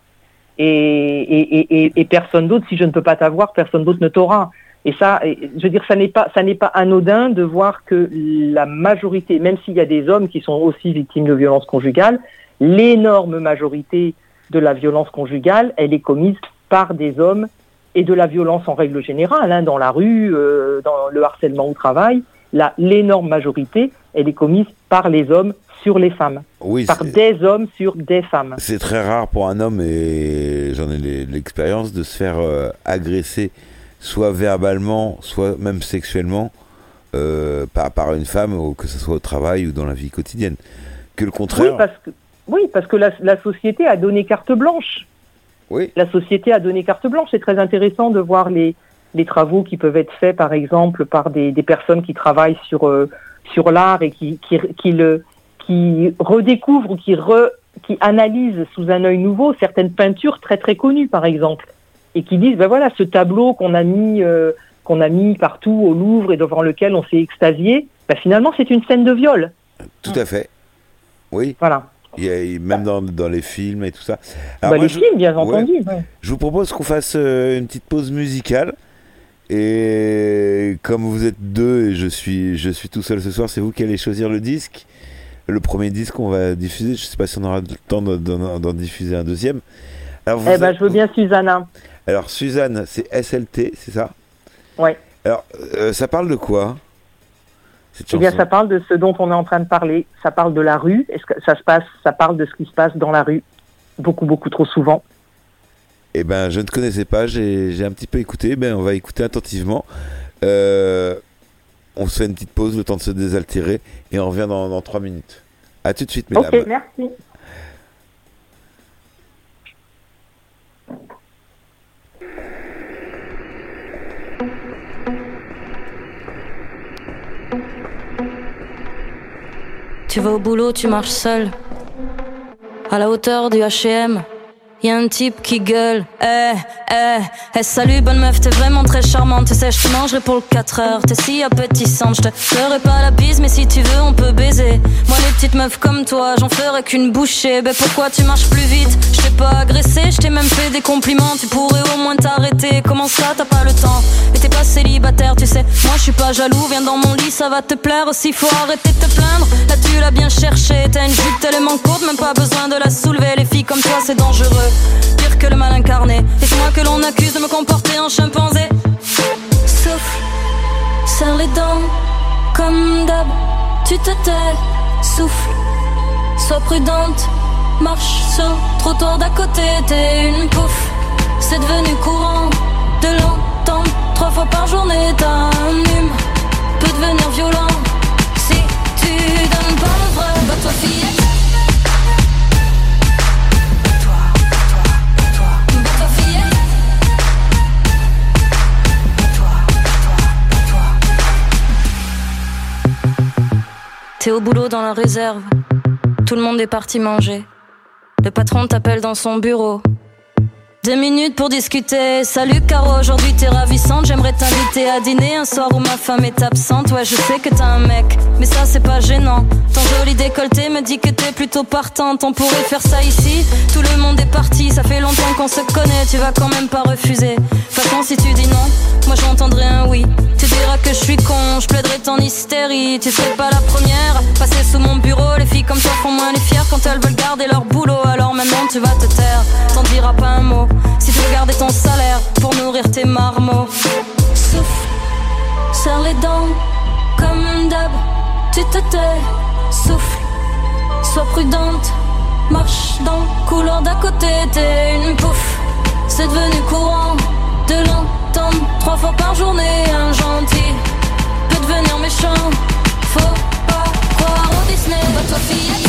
Speaker 4: Et personne d'autre, si je ne peux pas t'avoir, personne d'autre ne t'aura. Et ça, je veux dire, ça n'est pas anodin de voir que la majorité, même s'il y a des hommes qui sont aussi victimes de violences conjugales, l'énorme majorité de la violence conjugale, elle est commise par des hommes, et de la violence en règle générale, dans la rue, dans le harcèlement au travail, l'énorme majorité, elle est commise par les hommes sur les femmes.
Speaker 1: Oui,
Speaker 4: par des hommes sur des femmes.
Speaker 1: C'est très rare pour un homme, et j'en ai l'expérience, de se faire agresser, soit verbalement, soit même sexuellement, par une femme, que ce soit au travail ou dans la vie quotidienne. Que le contraire...
Speaker 4: Oui, parce que la société a donné carte blanche.
Speaker 1: Oui.
Speaker 4: La société a donné carte blanche. C'est très intéressant de voir les travaux qui peuvent être faits, par exemple, par des personnes qui travaillent sur l'art et qui redécouvrent ou qui analysent sous un œil nouveau certaines peintures très très connues, par exemple, et qui disent ce tableau qu'on a mis partout au Louvre et devant lequel on s'est extasié, finalement c'est une scène de viol.
Speaker 1: Tout à fait. Oui.
Speaker 4: Voilà.
Speaker 1: Même dans les films et tout ça.
Speaker 4: Alors films, bien entendu. Ouais.
Speaker 1: Je vous propose qu'on fasse une petite pause musicale. Et comme vous êtes deux et je suis tout seul ce soir, c'est vous qui allez choisir le disque. Le premier disque qu'on va diffuser. Je ne sais pas si on aura le temps d'en diffuser un deuxième. Alors,
Speaker 4: je veux bien Susanna.
Speaker 1: Alors Suzanne, c'est SLT, c'est ça ?
Speaker 4: Oui.
Speaker 1: Alors, ça parle de quoi ?
Speaker 4: Ça parle de ce dont on est en train de parler. Ça parle de la rue. Ça parle de ce qui se passe dans la rue. Beaucoup, beaucoup trop souvent.
Speaker 1: Je ne connaissais pas. J'ai un petit peu écouté. On va écouter attentivement. On se fait une petite pause, le temps de se désaltérer. Et on revient dans 3 minutes. À tout de suite, mesdames.
Speaker 4: Ok, merci.
Speaker 6: Tu vas au boulot, tu marches seul. À la hauteur du H&M, y'a un type qui gueule. Salut bonne meuf, t'es vraiment très charmante. Tu sais, je te mangerai pour le 4 heures. T'es si appétissante, je te ferai pas la bise, mais si tu veux, on peut baiser. Moi, les petites meufs comme toi, j'en ferai qu'une bouchée. Pourquoi tu marches plus vite? Je t'ai pas agressé, je t'ai même fait des compliments. Tu pourrais au moins t'arrêter. Comment ça, t'as pas le temps? Et t'es pas célibataire, tu sais. Moi, je suis pas jaloux, viens dans mon lit, ça va te plaire. Aussi, faut arrêter de te plaindre. Là, tu l'as bien cherché. T'as une jupe tellement courte, même pas besoin de la soulever. Les filles comme toi, c'est dangereux. Pire que le mal incarné. Et c'est moi que l'on accuse de me comporter en chimpanzé. Souffle, serre les dents, comme d'hab, tu te tais. Souffle, sois prudente, marche sur le trottoir d'à côté. T'es une pouffe, c'est devenu courant de l'entendre 3 fois par journée. T'as un hume, peut devenir violent si tu donnes pas le vrai. Bat-toi fillette. Bat-toi fillette. T'es au boulot dans la réserve, tout le monde est parti manger. Le patron t'appelle dans son bureau. 2 minutes pour discuter. Salut Caro, aujourd'hui t'es ravissante. J'aimerais t'inviter à dîner un soir où ma femme est absente. Ouais, je sais que t'as un mec, mais ça c'est pas gênant. Ton joli décolleté me dit que t'es plutôt partante. On pourrait faire ça ici, tout le monde est parti. Ça fait longtemps qu'on se connaît, tu vas quand même pas refuser. De toute façon si tu dis non, moi j'entendrai un oui. Tu diras que je suis con, je plaiderai ton hystérie. Tu serais pas la première, passer sous mon bureau. Les filles comme toi font moins les fières quand elles veulent garder leur boulot. Alors maintenant tu vas te taire, t'en diras pas un mot. Si tu veux garder ton salaire pour nourrir tes marmots. Souffle, serre les dents, comme d'hab, tu te tais. Souffle, sois prudente, marche dans le couloir d'à côté. T'es une pouffe, c'est devenu courant de l'entendre 3 fois par journée. Un gentil peut devenir méchant, faut pas croire au Disney. Bat-toi fillette.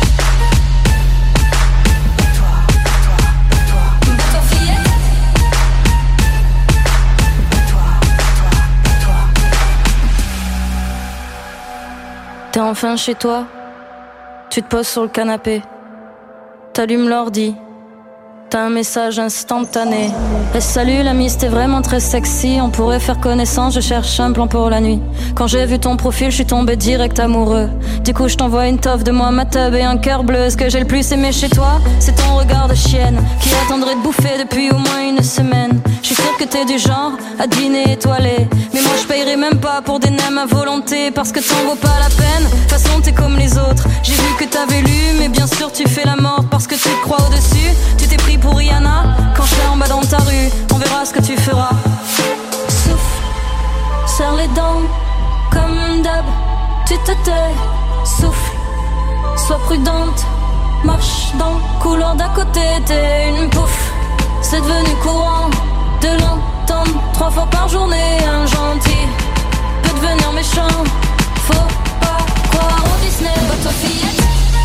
Speaker 6: T'es enfin chez toi, tu te poses sur le canapé, t'allumes l'ordi, t'as un message instantané. Salut l'ami, c'était vraiment très sexy, on pourrait faire connaissance, je cherche un plan pour la nuit. Quand j'ai vu ton profil, je suis tombé direct amoureux. Du coup je t'envoie une toffe de moi, ma tub et un cœur bleu. Ce que j'ai le plus aimé chez toi, c'est ton regard de chienne qui attendrait de bouffer depuis au moins une semaine. Je suis sûre que t'es du genre à dîner étoilé, mais moi je payerai même pas pour des nems à volonté, parce que t'en vaut pas la peine. De toute façon t'es comme les autres, j'ai vu que t'avais lu, mais bien sûr tu fais la morte parce que tu te crois au-dessus. Tu t'es pris pour Rihanna, quand je serai en bas dans ta rue, on verra ce que tu feras. Souffle, serre les dents, comme d'hab, tu te tais. Souffle, sois prudente, marche dans le couloir d'à côté. T'es une pouffe, c'est devenu courant de l'entendre 3 fois par journée. Un gentil peut devenir méchant, faut pas croire au Disney. Bat-toi fillette.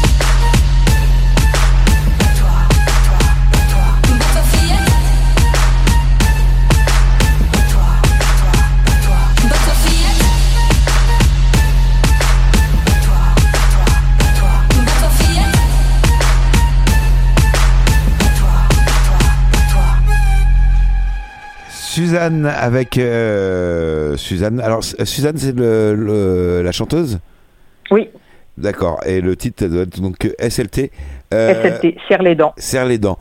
Speaker 1: Suzanne avec Suzanne. Alors Suzanne, c'est la chanteuse.
Speaker 4: Oui.
Speaker 1: D'accord. Et le titre doit être donc SLT.
Speaker 4: SLT, serre les dents.
Speaker 1: Serre les dents.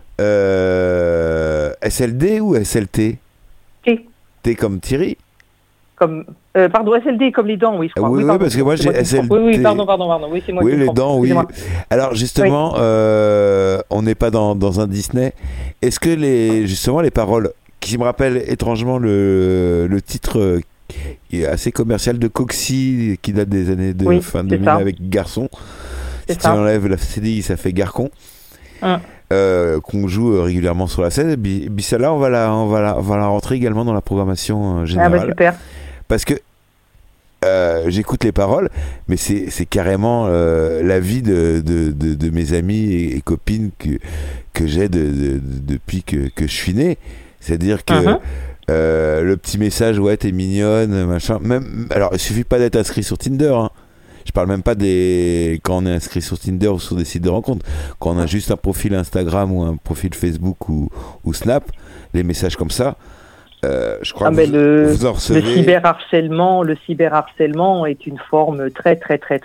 Speaker 1: SLD ou SLT?
Speaker 4: T.
Speaker 1: T comme Thierry.
Speaker 4: Pardon, SLD comme les dents, oui, je crois.
Speaker 1: Oui,
Speaker 4: pardon,
Speaker 1: parce que moi j'ai SLT.
Speaker 4: Oui, pardon. Oui, c'est moi.
Speaker 1: Oui, les dents, oui.
Speaker 4: Excusez-moi.
Speaker 1: Alors justement, on n'est pas dans un Disney. Est-ce que les paroles qui me rappellent étrangement le titre qui est assez commercial de Coxy, qui date des années de fin 2000 avec Garçon. Si tu enlèves la CDI, ça fait Garcon. Qu'on joue régulièrement sur la scène. Et puis celle-là, on va la rentrer également dans la programmation générale.
Speaker 4: Ah bah super.
Speaker 1: Parce que j'écoute les paroles, mais c'est carrément la vie de mes amis et copines que j'ai depuis que je suis né. C'est-à-dire que le petit message, ouais, t'es mignonne, machin. Même, alors, il suffit pas d'être inscrit sur Tinder. Hein. Je parle même pas quand on est inscrit sur Tinder ou sur des sites de rencontres. Quand on a juste un profil Instagram ou un profil Facebook ou Snap, les messages comme ça, je crois que vous en recevez.
Speaker 4: Le cyberharcèlement est une forme très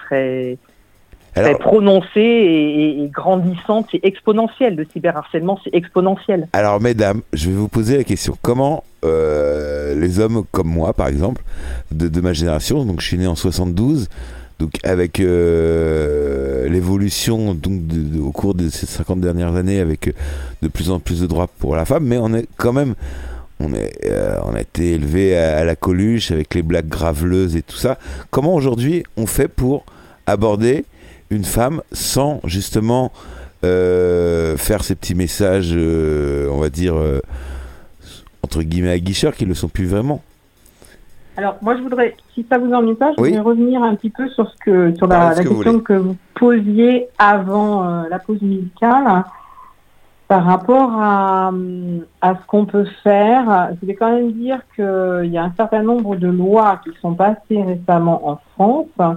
Speaker 4: prononcée et grandissante, c'est exponentiel. Le cyberharcèlement, c'est exponentiel.
Speaker 1: Alors, mesdames, je vais vous poser la question. Comment les hommes comme moi, par exemple, de ma génération, donc je suis né en 72, donc avec l'évolution donc au cours de ces 50 dernières années, avec de plus en plus de droits pour la femme, mais on est quand même... On a été élevé à la Coluche avec les blagues graveleuses et tout ça. Comment aujourd'hui on fait pour aborder une femme sans justement faire ces petits messages, on va dire, entre guillemets aguicheurs, qui ne le sont plus vraiment.
Speaker 5: Alors, moi, je voudrais, si ça vous ennuie pas, je
Speaker 1: Oui.
Speaker 5: voudrais revenir un petit peu sur la question que vous posiez avant la pause musicale, par rapport à ce qu'on peut faire. Je vais quand même dire qu'il y a un certain nombre de lois qui sont passées récemment en France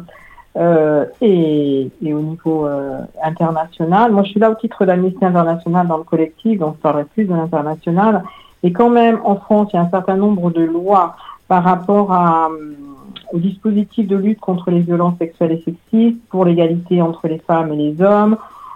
Speaker 5: et au niveau international. Moi, je suis là au titre d'Amnesty International dans le collectif, donc je parlerai plus de l'international. Et quand même, en France, il y a un certain nombre de lois par rapport au dispositif de lutte contre les violences sexuelles et sexistes, pour l'égalité entre les femmes et les hommes,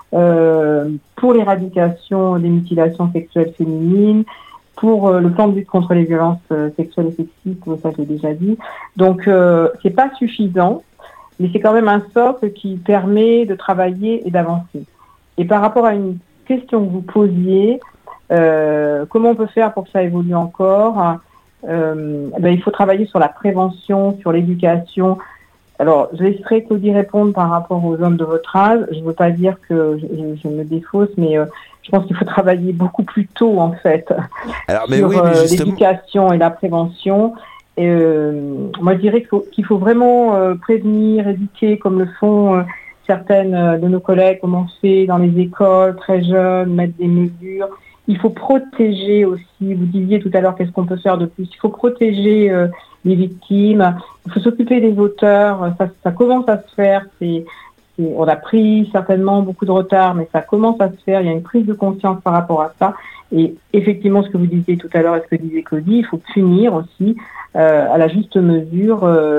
Speaker 5: pour l'éradication des mutilations sexuelles féminines, pour le plan de lutte contre les violences sexuelles et sexistes, ça je l'ai déjà dit. Donc c'est pas suffisant, mais c'est quand même un socle qui permet de travailler et d'avancer. Et par rapport à une question que vous posiez, comment on peut faire pour que ça évolue encore? Il faut travailler sur la prévention, sur l'éducation. Alors, je laisserai Claudie répondre par rapport aux hommes de votre âge. Je ne veux pas dire que je me défausse, mais je pense qu'il faut travailler beaucoup plus tôt, en fait, sur l'éducation et la prévention. Et, moi, je dirais qu'il faut vraiment prévenir, éduquer, comme le font certaines de nos collègues, comme on fait dans les écoles, très jeunes, mettre des mesures. Il faut protéger aussi, vous disiez tout à l'heure qu'est-ce qu'on peut faire de plus, il faut protéger les victimes, il faut s'occuper des auteurs, ça commence à se faire, on a pris certainement beaucoup de retard, mais ça commence à se faire, il y a une prise de conscience par rapport à ça, et effectivement ce que vous disiez tout à l'heure et ce que disait Claudie, il faut punir aussi à la juste mesure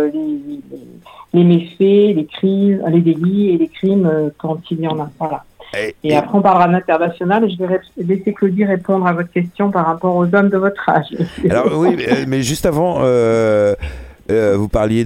Speaker 5: les méfaits, les crimes, les délits et les crimes quand il y en a, voilà. Et après, on parlera de l'international et je vais laisser Claudie répondre à votre question par rapport aux hommes de votre âge.
Speaker 1: Alors oui, mais juste avant, vous parliez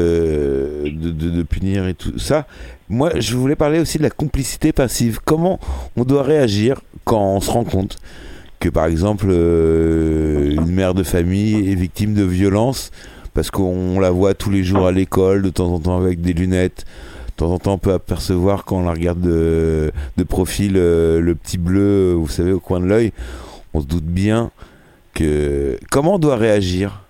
Speaker 1: de punir et tout ça. Moi, je voulais parler aussi de la complicité passive. Comment on doit réagir quand on se rend compte que, par exemple, une mère de famille est victime de violence parce qu'on la voit tous les jours à l'école, de temps en temps avec des lunettes. De temps en temps, on peut apercevoir quand on la regarde de profil le petit bleu, vous savez, au coin de l'œil. On se doute bien que... Comment on doit réagir?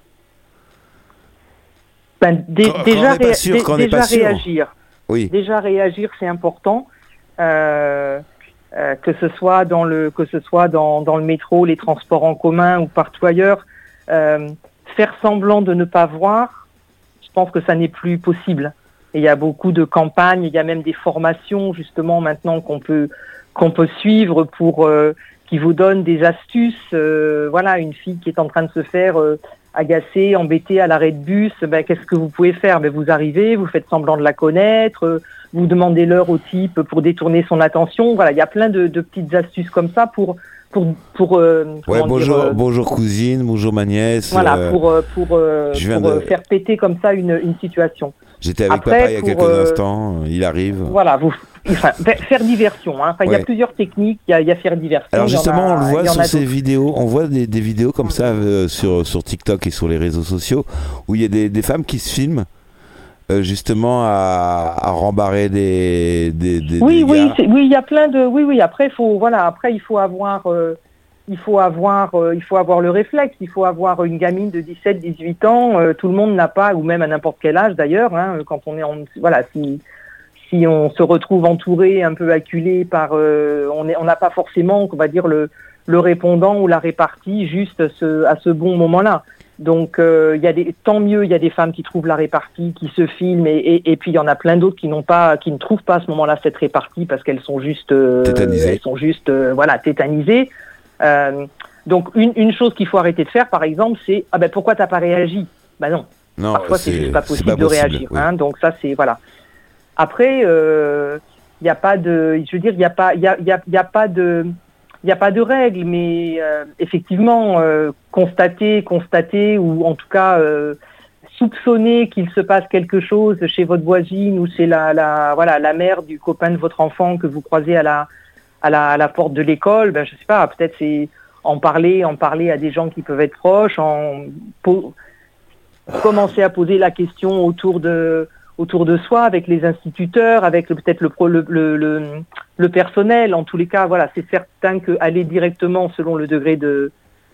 Speaker 4: Déjà réagir.
Speaker 1: Oui.
Speaker 4: Déjà réagir, c'est important. Que ce soit dans le métro, les transports en commun ou partout ailleurs. Faire semblant de ne pas voir, je pense que ça n'est plus possible. Et il y a beaucoup de campagnes, il y a même des formations justement maintenant qu'on peut suivre pour qui vous donnent des astuces. Voilà, une fille qui est en train de se faire agacer, embêter à l'arrêt de bus, qu'est-ce que vous pouvez faire? Vous arrivez, vous faites semblant de la connaître, vous demandez l'heure au type pour détourner son attention. Voilà, il y a plein de petites astuces comme ça pour
Speaker 1: bonjour cousine, bonjour ma nièce.
Speaker 4: Voilà, pour faire péter comme ça une situation.
Speaker 1: J'étais avec papa il y a quelques instants, il arrive.
Speaker 4: Voilà, faire diversion. Hein. Il y a plusieurs techniques, il y a faire diversion.
Speaker 1: Alors justement, on le voit sur ces vidéos, on voit des vidéos comme ça sur TikTok et sur les réseaux sociaux, où il y a des femmes qui se filment justement à rembarrer des
Speaker 4: oui,
Speaker 1: gars.
Speaker 4: Il y a plein de... Oui, après, il faut avoir... Il faut avoir le réflexe, il faut avoir une gamine de 17-18 ans, tout le monde n'a pas, ou même à n'importe quel âge d'ailleurs, hein, quand on est si on se retrouve entouré, un peu acculé par, on n'a pas forcément, on va dire, le répondant ou la répartie juste à ce bon moment-là. Donc tant mieux, il y a des femmes qui trouvent la répartie, qui se filment, et puis il y en a plein d'autres qui ne trouvent pas à ce moment-là cette répartie parce qu'elles sont juste tétanisées. Tétanisées. Donc une chose qu'il faut arrêter de faire, par exemple, c'est pourquoi t'as pas réagi? Non. Parfois c'est juste pas possible de réagir. Oui. Hein, donc ça c'est voilà. Après il n'y a pas de, je veux dire il y a pas de règles, mais effectivement constater ou en tout cas soupçonner qu'il se passe quelque chose chez votre voisine ou chez la mère du copain de votre enfant que vous croisez à la porte de l'école, je sais pas, peut-être c'est en parler à des gens qui peuvent être proches, commencer à poser la question autour autour de soi, avec les instituteurs, avec peut-être le personnel. En tous les cas, voilà, c'est certain qu'aller directement selon le degré de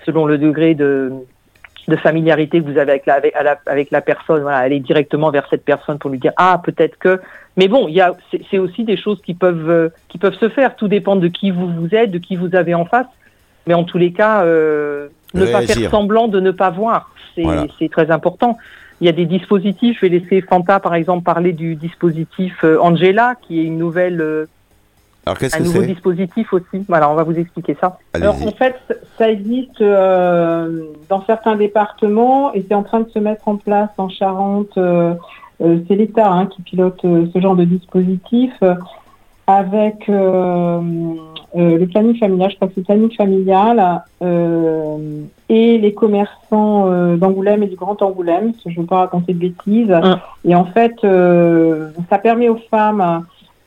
Speaker 4: familiarité que vous avez avec la personne, voilà, aller directement vers cette personne pour lui dire peut-être que. Mais bon, c'est aussi des choses qui peuvent se faire. Tout dépend de qui vous êtes, de qui vous avez en face. Mais en tous les cas, ne pas faire semblant de ne pas voir, c'est très important. Il y a des dispositifs. Je vais laisser Fanta, par exemple, parler du dispositif Angela, qui est une nouvelle.
Speaker 1: Alors, qu'est-ce
Speaker 4: un
Speaker 1: que
Speaker 4: nouveau
Speaker 1: c'est
Speaker 4: dispositif aussi. Voilà, on va vous expliquer ça.
Speaker 1: Allez-y.
Speaker 5: Alors, en fait, ça existe dans certains départements et c'est en train de se mettre en place en Charente. C'est l'État qui pilote ce genre de dispositif avec le planning familial. Je crois que c'est le planning familial et les commerçants d'Angoulême et du Grand Angoulême, parce que je ne veux pas raconter de bêtises. Et en fait, ça permet aux femmes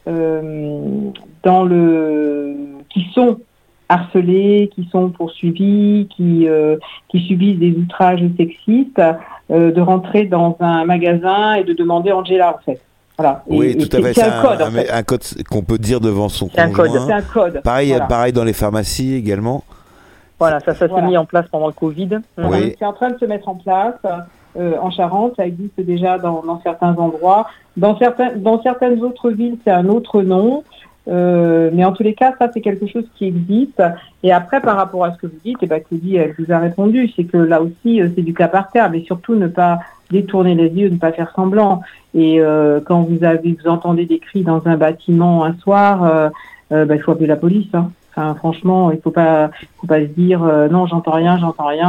Speaker 5: qui sont harcelées, qui sont poursuivies, qui subissent des outrages sexistes, de rentrer dans un magasin et de demander Angela, en fait. Voilà.
Speaker 1: Oui, tout à fait.
Speaker 5: C'est un code, en fait.
Speaker 1: Un code qu'on peut dire devant son
Speaker 4: C'est
Speaker 1: conjoint.
Speaker 4: c'est un code.
Speaker 1: Pareil,
Speaker 4: Voilà.
Speaker 1: pareil dans les pharmacies également.
Speaker 4: Voilà, ça s'est mis en place pendant le Covid.
Speaker 1: Oui.
Speaker 5: C'est en train de se mettre en place en Charente. Ça existe déjà dans certains endroits. Dans certaines autres villes, c'est un autre nom. Mais en tous les cas, ça, c'est quelque chose qui existe. Et après, par rapport à ce que vous dites, Claudie, elle vous a répondu. C'est que là aussi, c'est du cas par cas. Mais surtout, ne pas détourner les yeux, ne pas faire semblant. Et quand vous entendez des cris dans un bâtiment un soir, il faut appeler la police. Enfin, franchement, il faut pas se dire non, j'entends rien.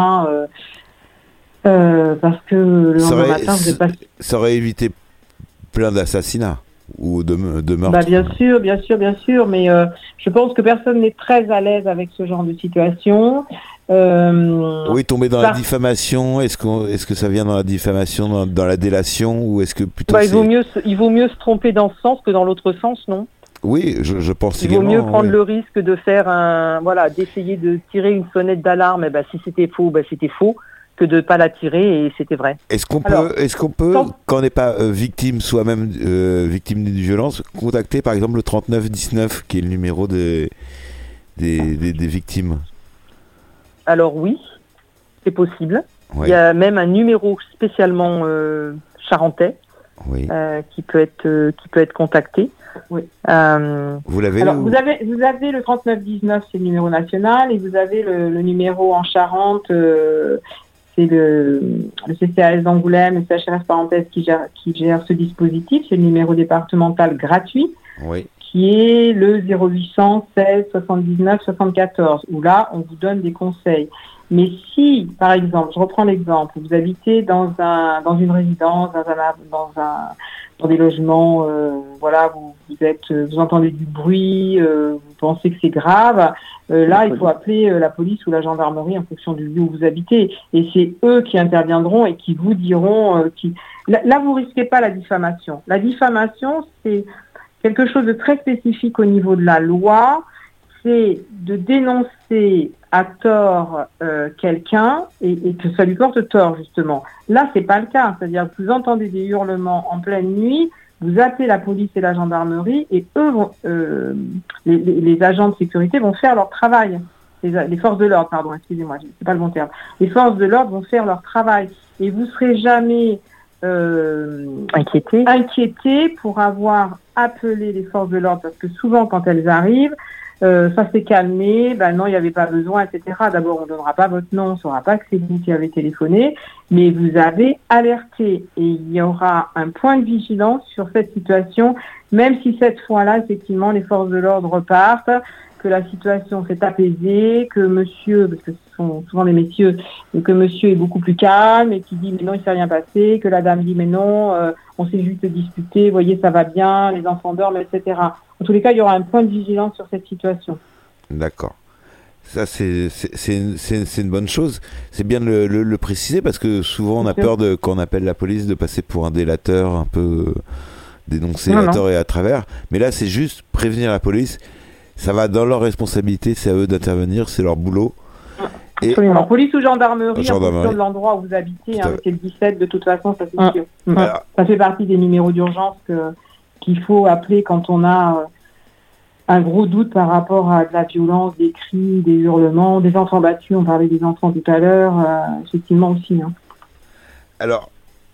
Speaker 5: Parce que le lendemain matin, vous n'êtes pas...
Speaker 1: Ça aurait évité plein d'assassinats ou de meurtres.
Speaker 5: Bien sûr, mais je pense que personne n'est très à l'aise avec ce genre de situation.
Speaker 1: Oui, tomber dans la diffamation, est-ce que ça vient dans la diffamation, dans la délation, ou est-ce que plutôt
Speaker 4: il vaut mieux se tromper dans ce sens que dans l'autre sens, non ?
Speaker 1: Oui, je pense
Speaker 4: également. Il vaut mieux prendre le risque de faire d'essayer de tirer une sonnette d'alarme, si c'était faux, c'était faux, que de ne pas la tirer et c'était vrai.
Speaker 1: Est-ce qu'on peut, quand on n'est pas victime, soi-même victime d'une violence, contacter par exemple le 3919, qui est le numéro des victimes ?
Speaker 4: Alors oui, c'est possible.
Speaker 1: Ouais.
Speaker 4: Il y a même un numéro spécialement charentais qui peut être contacté.
Speaker 5: Oui.
Speaker 1: Vous l'avez
Speaker 5: vous avez le 3919, c'est le numéro national, et vous avez le numéro en Charente, c'est le CCAS d'Angoulême, le CHRS parenthèse qui gère ce dispositif, c'est le numéro départemental gratuit.
Speaker 1: Oui.
Speaker 5: Qui est le 0800 16 79 74, où là, on vous donne des conseils. Mais si, par exemple, je reprends l'exemple, vous habitez dans une résidence, dans des logements, vous entendez du bruit, vous pensez que c'est grave, là, il faut appeler la police ou la gendarmerie en fonction du lieu où vous habitez. Et c'est eux qui interviendront et qui vous diront... Là, vous risquez pas la diffamation. La diffamation, c'est quelque chose de très spécifique au niveau de la loi, c'est de dénoncer à tort quelqu'un et que ça lui porte tort, justement. Là, c'est pas le cas. C'est-à-dire que vous entendez des hurlements en pleine nuit, vous appelez la police et la gendarmerie et eux, les agents de sécurité vont faire leur travail. Les forces de l'ordre, pardon, excusez-moi, c'est pas le bon terme. Les forces de l'ordre vont faire leur travail. Et vous serez jamais... inquiété pour avoir appelé les forces de l'ordre, parce que souvent quand elles arrivent, ça s'est calmé, non, il n'y avait pas besoin, etc. D'abord, on ne donnera pas votre nom, on ne saura pas que c'est vous qui avez téléphoné, mais vous avez alerté et il y aura un point de vigilance sur cette situation, même si cette fois-là, effectivement, les forces de l'ordre repartent, que la situation s'est apaisée, que monsieur, parce que ce sont souvent des messieurs, que monsieur est beaucoup plus calme et qui dit mais non, il ne s'est rien passé, que la dame dit mais non, on s'est juste disputé, vous voyez, ça va bien, les enfants dorment, etc. En tous les cas, il y aura un point de vigilance sur cette situation.
Speaker 1: D'accord. Ça, c'est une bonne chose. C'est bien de le préciser parce que souvent on a peur, quand on appelle la police, de passer pour un délateur, un peu dénoncé à tort et à travers. Mais là, c'est juste prévenir la police. Ça va dans leur responsabilité, c'est à eux d'intervenir, c'est leur boulot. Et
Speaker 5: Absolument. Police ou gendarmerie, en
Speaker 1: Gendarmerie.
Speaker 5: fonction de l'endroit où vous habitez,
Speaker 1: Tout à
Speaker 5: hein,
Speaker 1: fait.
Speaker 5: c'est le 17, de toute façon, ça c'est sûr.
Speaker 1: Alors-
Speaker 5: Ça fait partie des numéros d'urgence qu'il faut appeler quand on a un gros doute par rapport à de la violence, des cris, des hurlements, des enfants battus, on parlait des enfants tout à l'heure, effectivement aussi. Hein.
Speaker 1: Alors,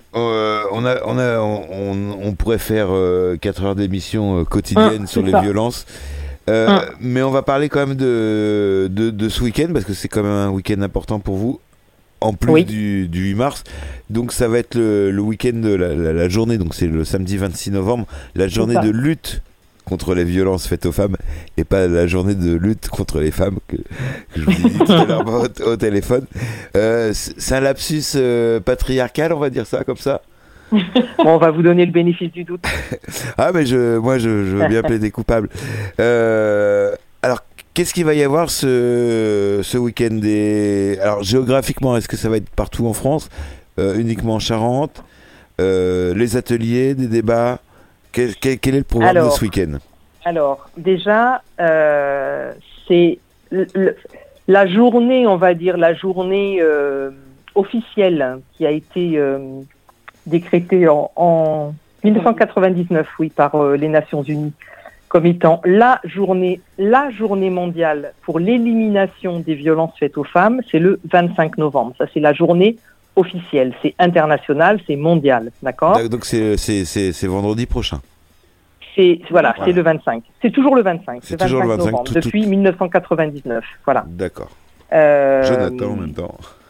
Speaker 1: on pourrait faire 4 heures d'émission quotidienne sur
Speaker 5: c'est
Speaker 1: les
Speaker 5: ça.
Speaker 1: violences. Mais on va parler quand même de ce week-end, parce que c'est quand même un week-end important pour vous, en plus
Speaker 4: Oui.
Speaker 1: du 8 mars. Donc ça va être le week-end de la journée, donc c'est le samedi 26 novembre, la journée
Speaker 5: ça.
Speaker 1: de lutte contre les violences faites aux femmes, et pas la journée de lutte contre les femmes que je vous ai dit tout à l'heure au téléphone. C'est un lapsus patriarcal, on va dire ça comme ça.
Speaker 4: Bon, on va vous donner le bénéfice du doute.
Speaker 1: Ah, mais moi je veux bien plaider coupable. Alors, qu'est-ce qu'il va y avoir ce week-end Alors, géographiquement, est-ce que ça va être partout en France, uniquement en Charente, les ateliers, des débats? Quel est le programme de ce week-end?
Speaker 4: Alors, déjà, c'est la journée, on va dire, la journée officielle qui a été décrétée en 1999, oui, par les Nations Unies, comme étant la journée mondiale pour l'élimination des violences faites aux femmes, c'est le 25 novembre. Ça, c'est la journée officielle. C'est international, c'est mondial, d'accord?
Speaker 1: Donc, c'est vendredi prochain.
Speaker 4: C'est le 25. C'est toujours le 25.
Speaker 1: C'est toujours le 25
Speaker 4: novembre, depuis 1999. Voilà.
Speaker 1: D'accord.
Speaker 4: Euh,
Speaker 1: Jonathan en même temps.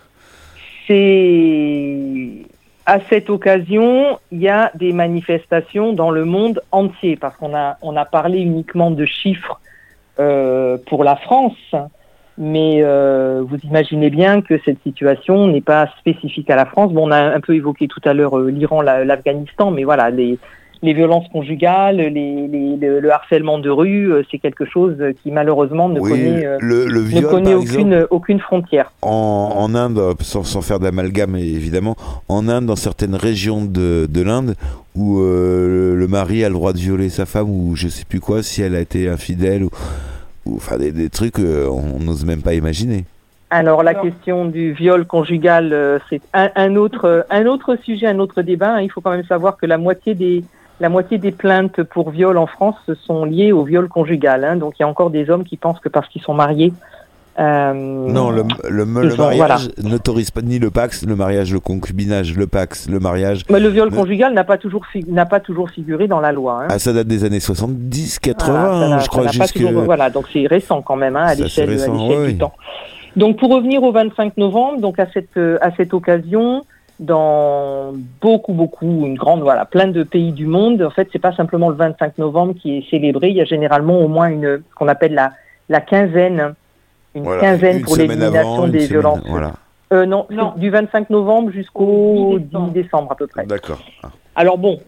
Speaker 4: C'est à cette occasion, il y a des manifestations dans le monde entier, parce qu'on a parlé uniquement de chiffres pour la France, mais vous imaginez bien que cette situation n'est pas spécifique à la France. Bon, on a un peu évoqué tout à l'heure l'Iran, l'Afghanistan, mais voilà, les violences conjugales, le harcèlement de rue, c'est quelque chose qui malheureusement ne connaît aucune frontière.
Speaker 1: En Inde, sans faire d'amalgame évidemment, en Inde, dans certaines régions de l'Inde, où le mari a le droit de violer sa femme, ou je sais plus quoi, si elle a été infidèle, ou enfin des trucs on n'ose même pas imaginer.
Speaker 4: Alors la question du viol conjugal, c'est un autre sujet, un autre débat. Hein. Il faut quand même savoir que la moitié des plaintes pour viol en France sont liées au viol conjugal. Hein. Donc il y a encore des hommes qui pensent que parce qu'ils sont mariés...
Speaker 1: non, le mariage n'autorise pas ni le Pacs, le mariage, le concubinage, le Pacs, le mariage...
Speaker 4: Mais le viol conjugal n'a pas toujours figuré dans la loi. Hein.
Speaker 1: Ah, ça date des années 70, 80, je crois, jusque...
Speaker 4: Voilà, donc c'est récent quand même, hein, à l'échelle du temps. Donc pour revenir au 25 novembre, donc à cette occasion... Dans plein de pays du monde, en fait, c'est pas simplement le 25 novembre qui est célébré. Il y a généralement au moins ce qu'on appelle la quinzaine, quinzaine pour l'élimination des violences. Voilà. Non, du 25 novembre jusqu'au 10 décembre à peu près.
Speaker 1: D'accord.
Speaker 4: Alors bon,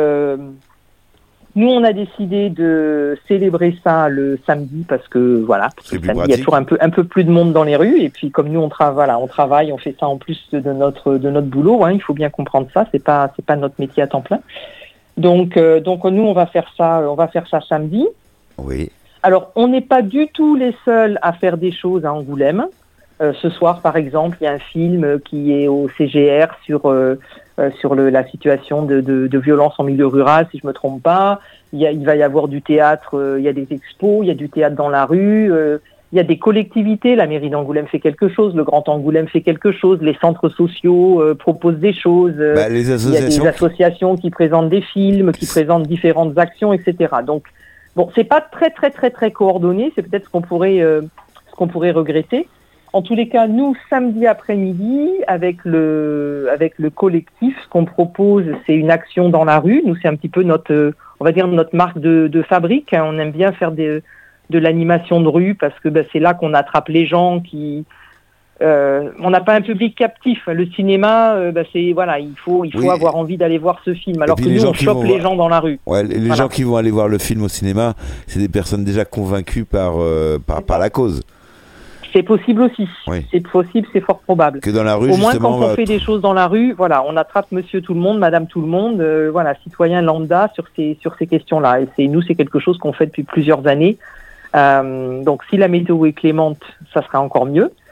Speaker 4: nous on a décidé de célébrer ça le samedi parce que voilà, il y a toujours un peu plus de monde dans les rues, et puis comme nous on travaille, on fait ça en plus de notre boulot, hein, il faut bien comprendre ça, c'est pas notre métier à temps plein. Donc nous on va faire ça samedi.
Speaker 1: Oui.
Speaker 4: Alors on n'est pas du tout les seuls à faire des choses à Angoulême. Ce soir par exemple, il y a un film qui est au CGR sur la situation de violence en milieu rural, si je me trompe pas. Il va y avoir du théâtre, il y a des expos, il y a du théâtre dans la rue, il y a des collectivités, la mairie d'Angoulême fait quelque chose, le Grand Angoulême fait quelque chose, les centres sociaux proposent des choses, il y a des associations qui présentent des films, qui présentent différentes actions, etc. Donc, bon, c'est pas très très très très coordonné, c'est peut-être ce qu'on pourrait regretter. En tous les cas, nous, samedi après-midi, avec le collectif, ce qu'on propose, c'est une action dans la rue. Nous, c'est un petit peu notre marque de fabrique. Hein. On aime bien faire de l'animation de rue parce que c'est là qu'on attrape les gens qui... on n'a pas un public captif. Le cinéma, il faut avoir envie d'aller voir ce film. Alors que nous, on chope les gens dans la rue.
Speaker 1: Ouais, les gens qui vont aller voir le film au cinéma, c'est des personnes déjà convaincues par la cause.
Speaker 4: C'est possible aussi. Oui. C'est possible, c'est fort probable.
Speaker 1: Que dans la rue,
Speaker 4: au moins, quand on fait des choses dans la rue, on attrape monsieur tout le monde, madame tout le monde, citoyen lambda sur ces questions-là. Et c'est quelque chose qu'on fait depuis plusieurs années. Donc, si la météo est clémente, ça sera encore mieux.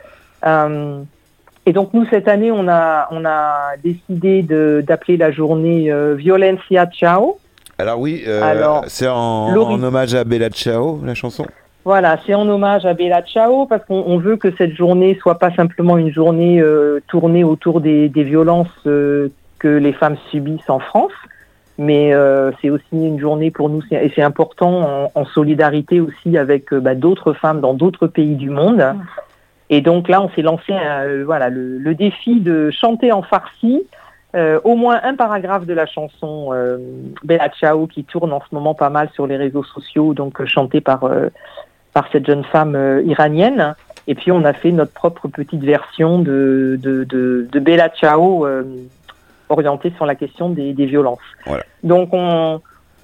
Speaker 4: Et donc nous cette année on a décidé d'appeler la journée Violencia Ciao.
Speaker 1: Alors oui, c'est en hommage à Bella Ciao, la chanson.
Speaker 4: Voilà, c'est en hommage à Bella Ciao parce qu'on veut que cette journée soit pas simplement une journée tournée autour des violences que les femmes subissent en France, mais c'est aussi une journée pour nous et c'est important en solidarité aussi avec d'autres femmes dans d'autres pays du monde. Et donc là, on s'est lancé le défi de chanter en farsi au moins un paragraphe de la chanson Bella Ciao qui tourne en ce moment pas mal sur les réseaux sociaux, donc chantée par cette jeune femme iranienne. Et puis on a fait notre propre petite version de Bella Ciao orientée sur la question des violences. Voilà. Donc on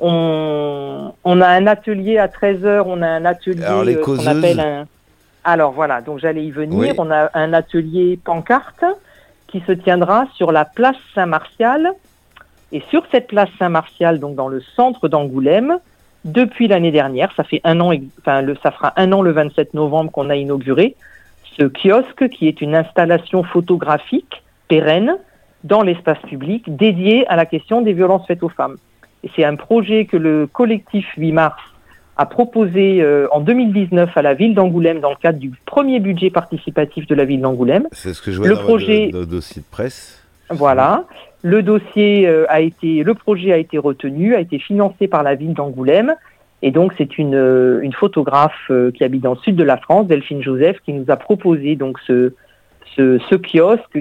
Speaker 4: a un atelier à 13h, on a un atelier qu'on appelle un... Alors voilà, donc j'allais y venir. Oui. On a un atelier pancarte qui se tiendra sur la place Saint-Martial. Et sur cette place Saint-Martial, donc dans le centre d'Angoulême, depuis l'année dernière, ça fait ça fera un an le 27 novembre qu'on a inauguré ce kiosque qui est une installation photographique pérenne dans l'espace public dédié à la question des violences faites aux femmes. Et c'est un projet que le collectif 8 mars a proposé en 2019 à la ville d'Angoulême dans le cadre du premier budget participatif de la ville d'Angoulême.
Speaker 1: C'est ce que je vois dans le dossier de presse.
Speaker 4: Voilà. Le projet a été retenu, a été financé par la ville d'Angoulême. Et donc, c'est une photographe qui habite dans le sud de la France, Delphine Joseph, qui nous a proposé donc ce kiosque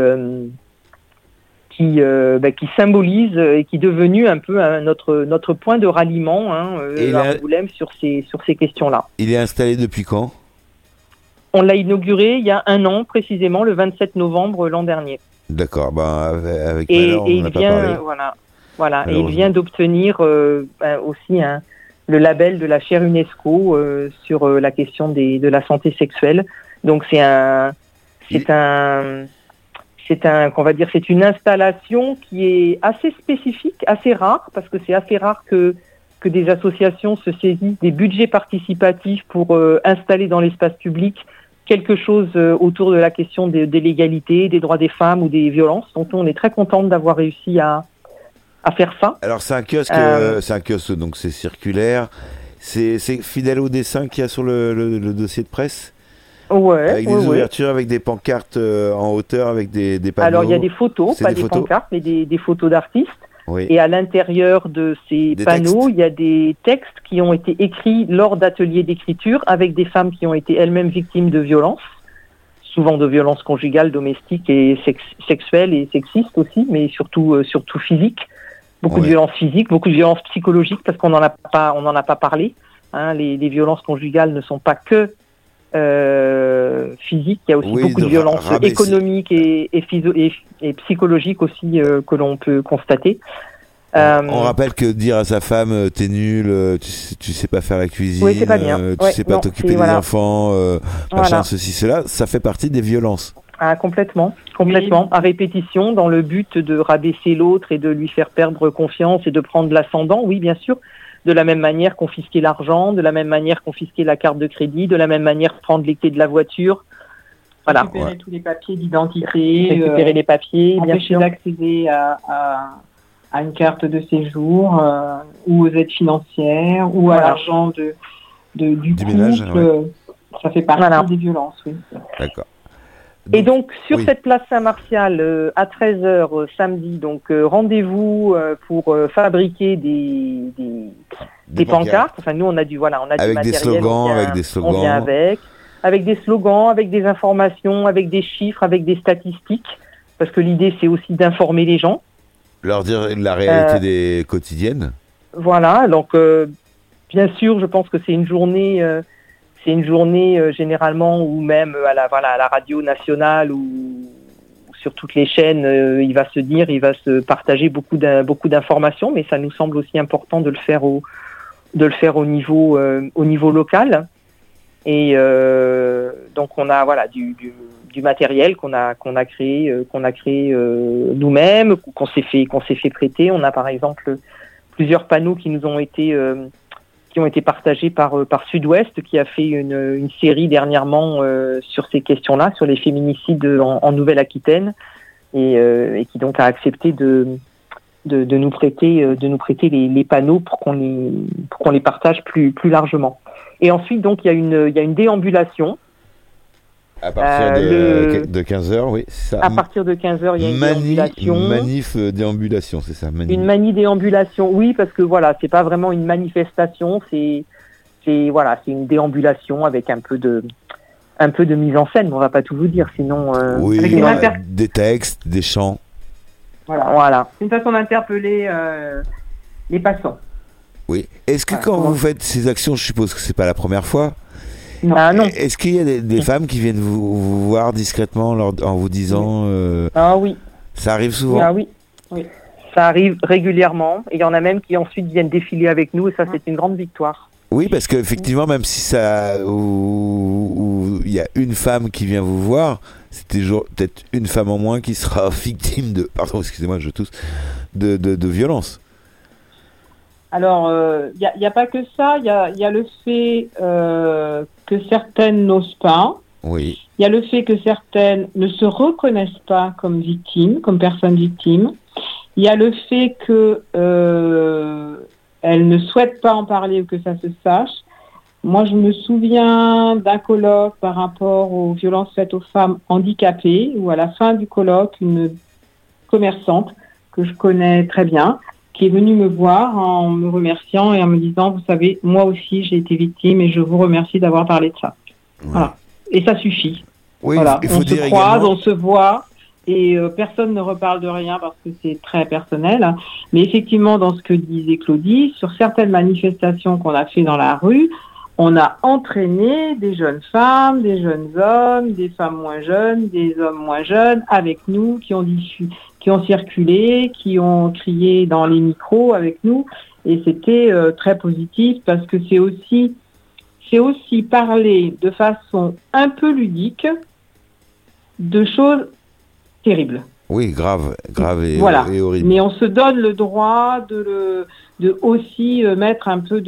Speaker 4: qui symbolise et qui est devenu un peu notre point de ralliement à Angoulême sur ces questions-là.
Speaker 1: Il est installé depuis quand ?
Speaker 4: On l'a inauguré il y a un an, précisément, le 27 novembre l'an dernier.
Speaker 1: D'accord, avec Malheur, on n'en a pas parlé.
Speaker 4: Voilà, et il vient d'obtenir aussi le label de la chaire UNESCO sur la question de la santé sexuelle. Donc c'est une installation qui est assez spécifique, assez rare, parce que c'est assez rare que des associations se saisissent des budgets participatifs pour installer dans l'espace public quelque chose autour de la question de l'égalité, des droits des femmes ou des violences. Donc on est très contente d'avoir réussi à faire ça.
Speaker 1: Alors c'est un kiosque, donc c'est circulaire. C'est fidèle au dessin qu'il y a sur le dossier de presse.
Speaker 4: Ouais.
Speaker 1: Avec des ouvertures, avec des pancartes en hauteur, avec des panneaux.
Speaker 4: Alors il y a des photos, pas des pancartes, mais des photos d'artistes.
Speaker 1: Oui.
Speaker 4: Et à l'intérieur de ces panneaux, il y a des textes qui ont été écrits lors d'ateliers d'écriture avec des femmes qui ont été elles-mêmes victimes de violences, souvent de violences conjugales, domestiques et sexuelles et sexistes aussi, mais surtout physiques. Beaucoup de violences physiques, beaucoup de violences psychologiques parce qu'on n'en a pas parlé. Les violences conjugales ne sont pas que physiques, il y a aussi beaucoup de violences économiques et psychologiques aussi que l'on peut constater.
Speaker 1: On rappelle que dire à sa femme t'es nul, tu sais pas faire la cuisine,
Speaker 4: c'est pas bien.
Speaker 1: tu sais pas t'occuper des enfants, machin, ceci, cela, ça fait partie des violences.
Speaker 4: Ah, complètement, à répétition, dans le but de rabaisser l'autre et de lui faire perdre confiance et de prendre l'ascendant, oui bien sûr. De la même manière confisquer l'argent, de la même manière confisquer la carte de crédit, de la même manière prendre les clés de la voiture. Voilà.
Speaker 5: Récupérer tous les papiers d'identité.
Speaker 4: Récupérer les papiers, bien sûr.
Speaker 5: D'accéder à une carte de séjour ou aux aides financières ou à l'argent du couple. Ménage, ça fait partie des violences, oui.
Speaker 1: D'accord.
Speaker 4: Et donc, sur cette place Saint-Martial, à 13h samedi, donc rendez-vous pour fabriquer des pancartes. Enfin, nous, on a du matériel.
Speaker 1: Des slogans, avec des slogans.
Speaker 4: On vient avec des slogans, avec des informations, avec des chiffres, avec des statistiques. Parce que l'idée, c'est aussi d'informer les gens.
Speaker 1: Leur dire la réalité des quotidiennes.
Speaker 4: Voilà, donc bien sûr, je pense que c'est une journée généralement ou même à la radio nationale ou sur toutes les chaînes, il va se partager beaucoup d'informations, mais ça nous semble aussi important de le faire au niveau local. Et donc on a du matériel qu'on a créé nous-mêmes, qu'on s'est fait prêter. On a par exemple plusieurs panneaux qui qui ont été partagées par Sud-Ouest, qui a fait une série dernièrement sur ces questions-là, sur les féminicides en Nouvelle-Aquitaine, et qui donc a accepté de nous prêter les panneaux pour qu'on les partage plus largement. Et ensuite, donc, il y a une déambulation.
Speaker 1: À partir de 15h, oui, c'est ça.
Speaker 4: À partir de 15h, il y a une déambulation.
Speaker 1: Manif déambulation, c'est ça.
Speaker 4: Une manie déambulation, oui, parce que voilà, c'est pas vraiment une manifestation, c'est une déambulation avec un peu de mise en scène, mais on va pas tout vous dire, sinon.
Speaker 1: Oui, des textes, des chants.
Speaker 5: Voilà. C'est une façon d'interpeller les passants.
Speaker 1: Oui. Est-ce que quand vous faites ces actions, je suppose que c'est pas la première fois.
Speaker 4: Non.
Speaker 1: Est-ce qu'il y a des femmes qui viennent vous voir discrètement en vous disant
Speaker 4: Ah oui.
Speaker 1: Ça arrive souvent.
Speaker 4: Ah oui. Ça arrive régulièrement. Et il y en a même qui ensuite viennent défiler avec nous. Et ça, c'est une grande victoire.
Speaker 1: Oui, parce qu'effectivement, même si il y a une femme qui vient vous voir, c'est toujours peut-être une femme en moins qui sera victime de... Pardon, excusez-moi, je tousse. De violence.
Speaker 5: Alors, il n'y a pas que ça. Il y a le fait que certaines n'osent pas.
Speaker 1: Oui.
Speaker 5: Il y a le fait que certaines ne se reconnaissent pas comme victimes, comme personnes victimes. Il y a le fait que elles ne souhaitent pas en parler ou que ça se sache. Moi, je me souviens d'un colloque par rapport aux violences faites aux femmes handicapées, où à la fin du colloque, une commerçante que je connais très bien, qui est venue me voir en me remerciant et en me disant, vous savez, moi aussi j'ai été victime et je vous remercie d'avoir parlé de ça. Ouais. Voilà. Et ça suffit.
Speaker 1: Oui,
Speaker 5: voilà.
Speaker 1: il faut
Speaker 5: on
Speaker 1: dire
Speaker 5: se croise,
Speaker 1: également...
Speaker 5: on se voit et personne ne reparle de rien parce que c'est très personnel. Mais effectivement, dans ce que disait Claudie, sur certaines manifestations qu'on a fait dans la rue, on a entraîné des jeunes femmes, des jeunes hommes, des femmes moins jeunes, des hommes moins jeunes avec nous, qui ont circulé, qui ont crié dans les micros avec nous. Et c'était très positif parce que c'est aussi parler de façon un peu ludique de choses terribles.
Speaker 1: Oui, grave et horrible.
Speaker 5: Mais on se donne le droit de aussi mettre un peu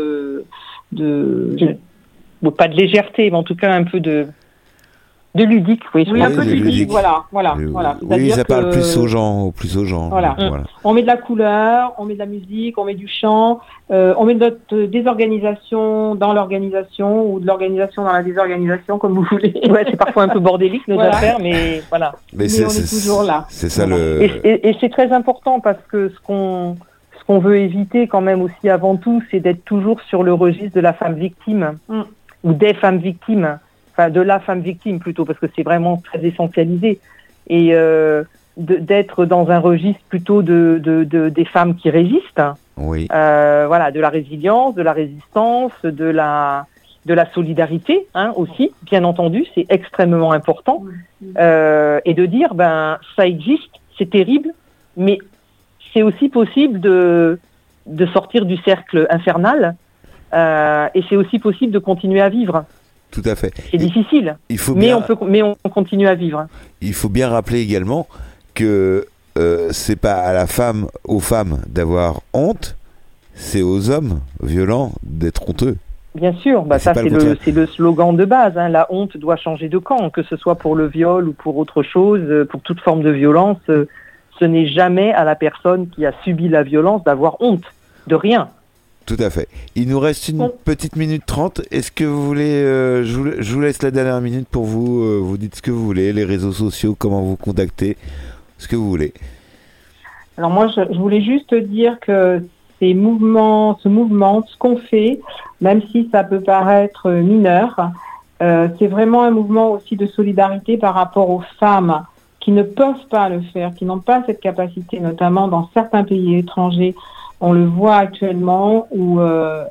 Speaker 4: pas de légèreté, mais en tout cas un peu de ludique,
Speaker 5: un peu de ludique, voilà.
Speaker 1: Oui, ça parle plus aux gens.
Speaker 5: Voilà. On met de la couleur, on met de la musique, on met du chant, on met de notre désorganisation dans l'organisation ou de l'organisation dans la désorganisation, comme vous voulez.
Speaker 4: Ouais, c'est parfois un peu bordélique nos affaires, mais voilà.
Speaker 5: Mais on est toujours là.
Speaker 1: C'est ça
Speaker 4: et c'est très important parce que ce qu'on veut éviter quand même aussi avant tout, c'est d'être toujours sur le registre de la femme victime ou des femmes victimes. Enfin, de la femme victime plutôt, parce que c'est vraiment très essentialisé, et d'être dans un registre plutôt des femmes qui résistent,
Speaker 1: oui.
Speaker 4: De la résilience, de la résistance, de la solidarité aussi, bien entendu, c'est extrêmement important, et de dire, ça existe, c'est terrible, mais c'est aussi possible de sortir du cercle infernal, et c'est aussi possible de continuer à vivre.
Speaker 1: Tout à fait.
Speaker 4: C'est difficile, mais on continue à vivre.
Speaker 1: Il faut bien rappeler également que c'est pas aux femmes d'avoir honte, c'est aux hommes violents d'être honteux.
Speaker 4: Bien sûr, ça c'est le slogan de base. La honte doit changer de camp, que ce soit pour le viol ou pour autre chose, pour toute forme de violence. Ce n'est jamais à la personne qui a subi la violence d'avoir honte de rien.
Speaker 1: Tout à fait. Il nous reste une petite minute 30. Est-ce que vous voulez... je vous laisse la dernière minute pour vous. Vous dites ce que vous voulez, les réseaux sociaux, comment vous contacter, ce que vous voulez.
Speaker 5: Alors moi, je voulais juste dire que ce mouvement, ce qu'on fait, même si ça peut paraître mineur, c'est vraiment un mouvement aussi de solidarité par rapport aux femmes qui ne peuvent pas le faire, qui n'ont pas cette capacité, notamment dans certains pays étrangers. On le voit actuellement où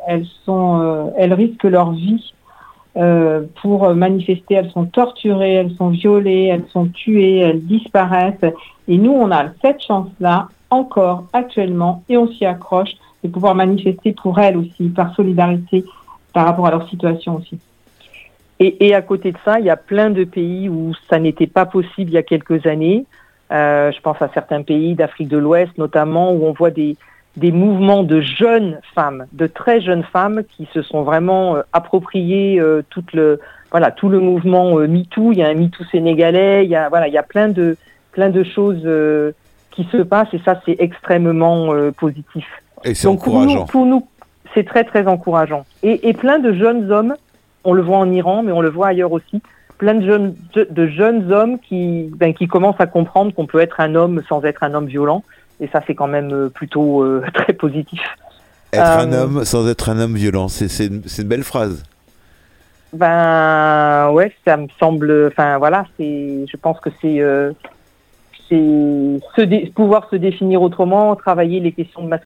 Speaker 5: elles risquent leur vie pour manifester. Elles sont torturées, elles sont violées, elles sont tuées, elles disparaissent. Et nous, on a cette chance-là encore actuellement et on s'y accroche de pouvoir manifester pour elles aussi, par solidarité par rapport à leur situation aussi.
Speaker 4: Et à côté de ça, il y a plein de pays où ça n'était pas possible il y a quelques années. Je pense à certains pays d'Afrique de l'Ouest notamment où on voit des des mouvements de jeunes femmes, de très jeunes femmes qui se sont vraiment appropriées tout le mouvement MeToo. Il y a un MeToo sénégalais, il y a plein de choses qui se passent et ça c'est extrêmement positif.
Speaker 1: Et c'est
Speaker 4: Donc
Speaker 1: encourageant.
Speaker 4: Pour nous, c'est très très encourageant. Et plein de jeunes hommes, on le voit en Iran, mais on le voit ailleurs aussi, plein de jeunes hommes qui commencent à comprendre qu'on peut être un homme sans être un homme violent. Et ça, c'est quand même plutôt très positif.
Speaker 1: Être un homme sans être un homme violent, c'est une belle phrase.
Speaker 4: Ouais, ça me semble. Enfin, voilà, je pense que c'est pouvoir se définir autrement, travailler les questions de masculinité.